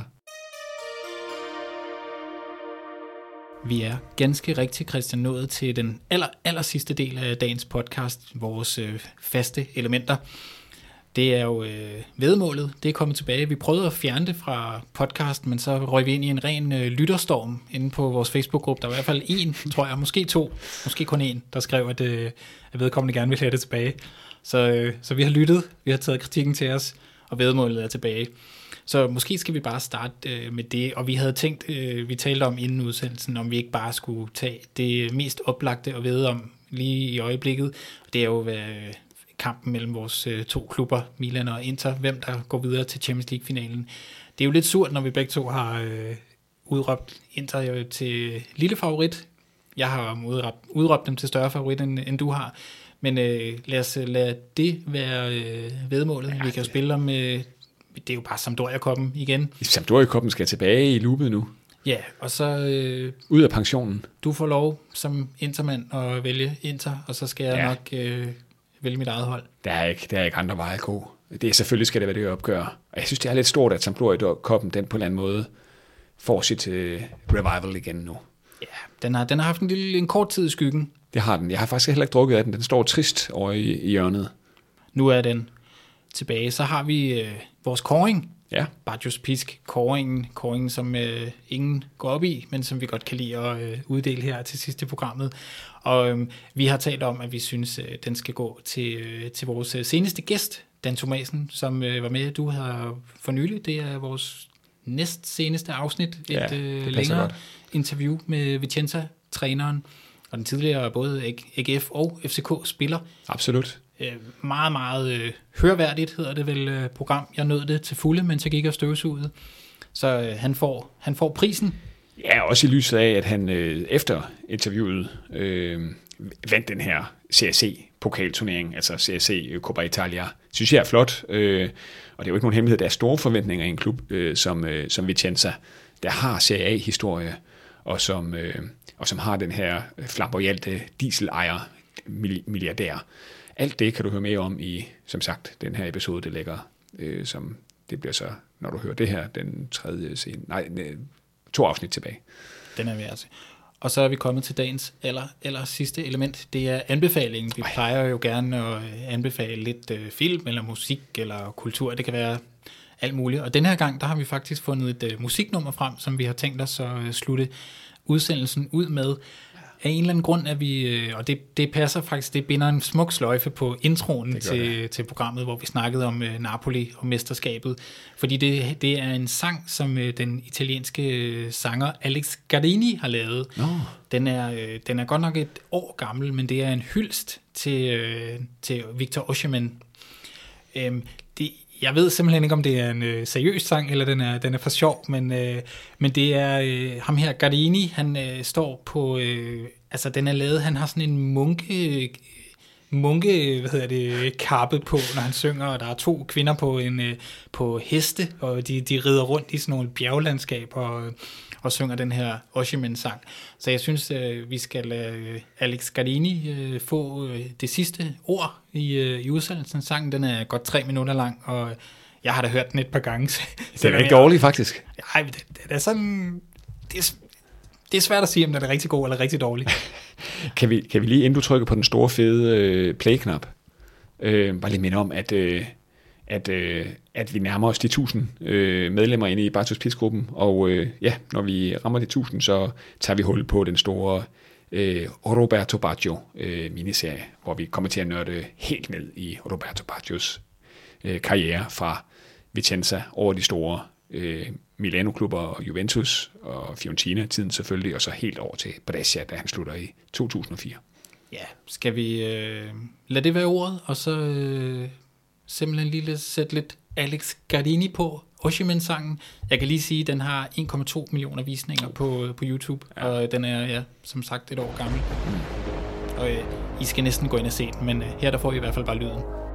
Vi er ganske rigtig, Christian, nået til den aller, aller sidste del af dagens podcast, vores øh, faste elementer. Det er jo øh, væddemålet, det er kommet tilbage. Vi prøvede at fjerne det fra podcasten, men så røg vi ind i en ren øh, lytterstorm inde på vores Facebook-gruppe. Der var i hvert fald en, tror jeg, måske to, måske kun en, der skrev, at, øh, at vedkommende gerne ville have det tilbage. Så, øh, så vi har lyttet, vi har taget kritikken til os, og væddemålet er tilbage. Så måske skal vi bare starte øh, med det, og vi havde tænkt, øh, vi talte om inden udsendelsen, om vi ikke bare skulle tage det mest oplagte og vide om lige i øjeblikket. Det er jo øh, kampen mellem vores øh, to klubber, Milan og Inter, hvem der går videre til Champions League-finalen. Det er jo lidt surt, når vi begge to har øh, udråbt Inter til lille favorit. Jeg har udråbt, udråbt dem til større favorit, end, end du har. Men øh, lad os lade det være øh, væddemålet. Ja, vi kan jo spille om... Øh, det er jo bare Sampdoria-koppen igen. Sampdoria-koppen skal tilbage i loopet nu. Ja, og så... Øh, ud af pensionen. Du får lov som intermand at vælge Inter, og så skal jeg ja. nok øh, vælge mit eget hold. Der er ikke, der er ikke andre veje at gå. Det er, selvfølgelig skal det være det opgør. Og jeg synes, det er lidt stort, at Sampdoria-koppen, den på en eller anden måde, får sit øh, revival igen nu. Ja, den har, den har haft en, lille, en kort tid i skyggen. Det har den. Jeg har faktisk heller ikke drukket af den. Den står trist over i, i hjørnet. Nu er den tilbage. Så har vi øh, vores kåring. Ja. Bartjos Pisk, kåringen, kåringen som øh, ingen går op i, men som vi godt kan lide at øh, uddele her til sidst i programmet. Og øh, vi har talt om, at vi synes, øh, den skal gå til, øh, til vores øh, seneste gæst, Dan Thomasen, som øh, var med. Du har for nylig, det er vores næst seneste afsnit, et ja, øh, længere godt. interview med Vicenza-træneren, og den tidligere både A G F og F C K-spiller. Absolut. Øh, meget, meget øh, hørværdigt hedder det vel øh, program. Jeg nød det til fulde, mens jeg gik og støvsugede. Så øh, han, får, han får prisen. Ja, også i lyset af, at han øh, efter interviewet øh, vandt den her C S C-pokalturnering, altså C S C Coppa Italia. Synes jeg er flot, øh, og det er jo ikke nogen hemmelighed. Der er store forventninger i en klub øh, som, øh, som Vicenza, der har Serie A-historie, og som, øh, og som har den her flamboyante dieselejer milliardær. Alt det kan du høre mere om i, som sagt, den her episode, det ligger, øh, som det bliver så, når du hører det her, den tredje scene, nej, to afsnit tilbage. Den er værd. Og så er vi kommet til dagens aller, aller sidste element, det er anbefalingen. Vi Ej. plejer jo gerne at anbefale lidt øh, film, eller musik, eller kultur, det kan være alt muligt. Og den her gang, der har vi faktisk fundet et øh, musiknummer frem, som vi har tænkt os at øh, slutte udsendelsen ud med. Af en eller anden grund er vi, og det, det passer faktisk, det binder en smuk sløjfe på introen til, til programmet, hvor vi snakkede om uh, Napoli og mesterskabet. Fordi det, det er en sang, som uh, den italienske sanger Alex Gardini har lavet. Oh. Den, er, uh, den er godt nok et år gammel, men det er en hyldest til, uh, til Victor Osimhen. Um, det Jeg ved simpelthen ikke, om det er en øh, seriøs sang, eller den er, den er for sjov, men, øh, men det er øh, ham her, Gardini, han øh, står på, øh, altså den er lavet, han har sådan en munke, munke, hvad hedder det, kappe på, når han synger, og der er to kvinder på, en, øh, på heste, og de, de rider rundt i sådan nogle bjerglandskaber, og, og synger den her Osimhen-sang. Så jeg synes, øh, vi skal lade øh, Alex Gardini øh, få øh, det sidste ord i, øh, i udsendelsen. Sangen, den er godt tre minutter lang, og jeg har da hørt den et par gange. Den er ikke dårlig, faktisk. Nej, det, det er sådan... Det er, Det er svært at sige, om den er rigtig god eller rigtig dårlig. kan, vi, kan vi lige, inden du trykker på den store fede øh, play-knap, øh, bare lige minde om, at, øh, at, øh, at vi nærmer os de tusind øh, medlemmer inde i Bartos Pisk-gruppen, og øh, ja, når vi rammer de tusind, så tager vi hul på den store øh, Roberto Baggio øh, miniserie, hvor vi kommer til at nørde helt ned i Roberto Baggios øh, karriere fra Vicenza over de store øh, Milano-klubber og Juventus og Fiorentina-tiden selvfølgelig, og så helt over til Brescia, da han slutter i to tusind og fire. Ja, skal vi øh, lade det være ordet, og så øh, simpelthen lige sætte lidt Alex Gardini på Osimhen-sangen. Jeg kan lige sige, at den har en komma to millioner visninger på, på YouTube, ja. Og den er, ja, som sagt, et år gammel. Mm. Og øh, I skal næsten gå ind og se den, men øh, her der får I i hvert fald bare lyden.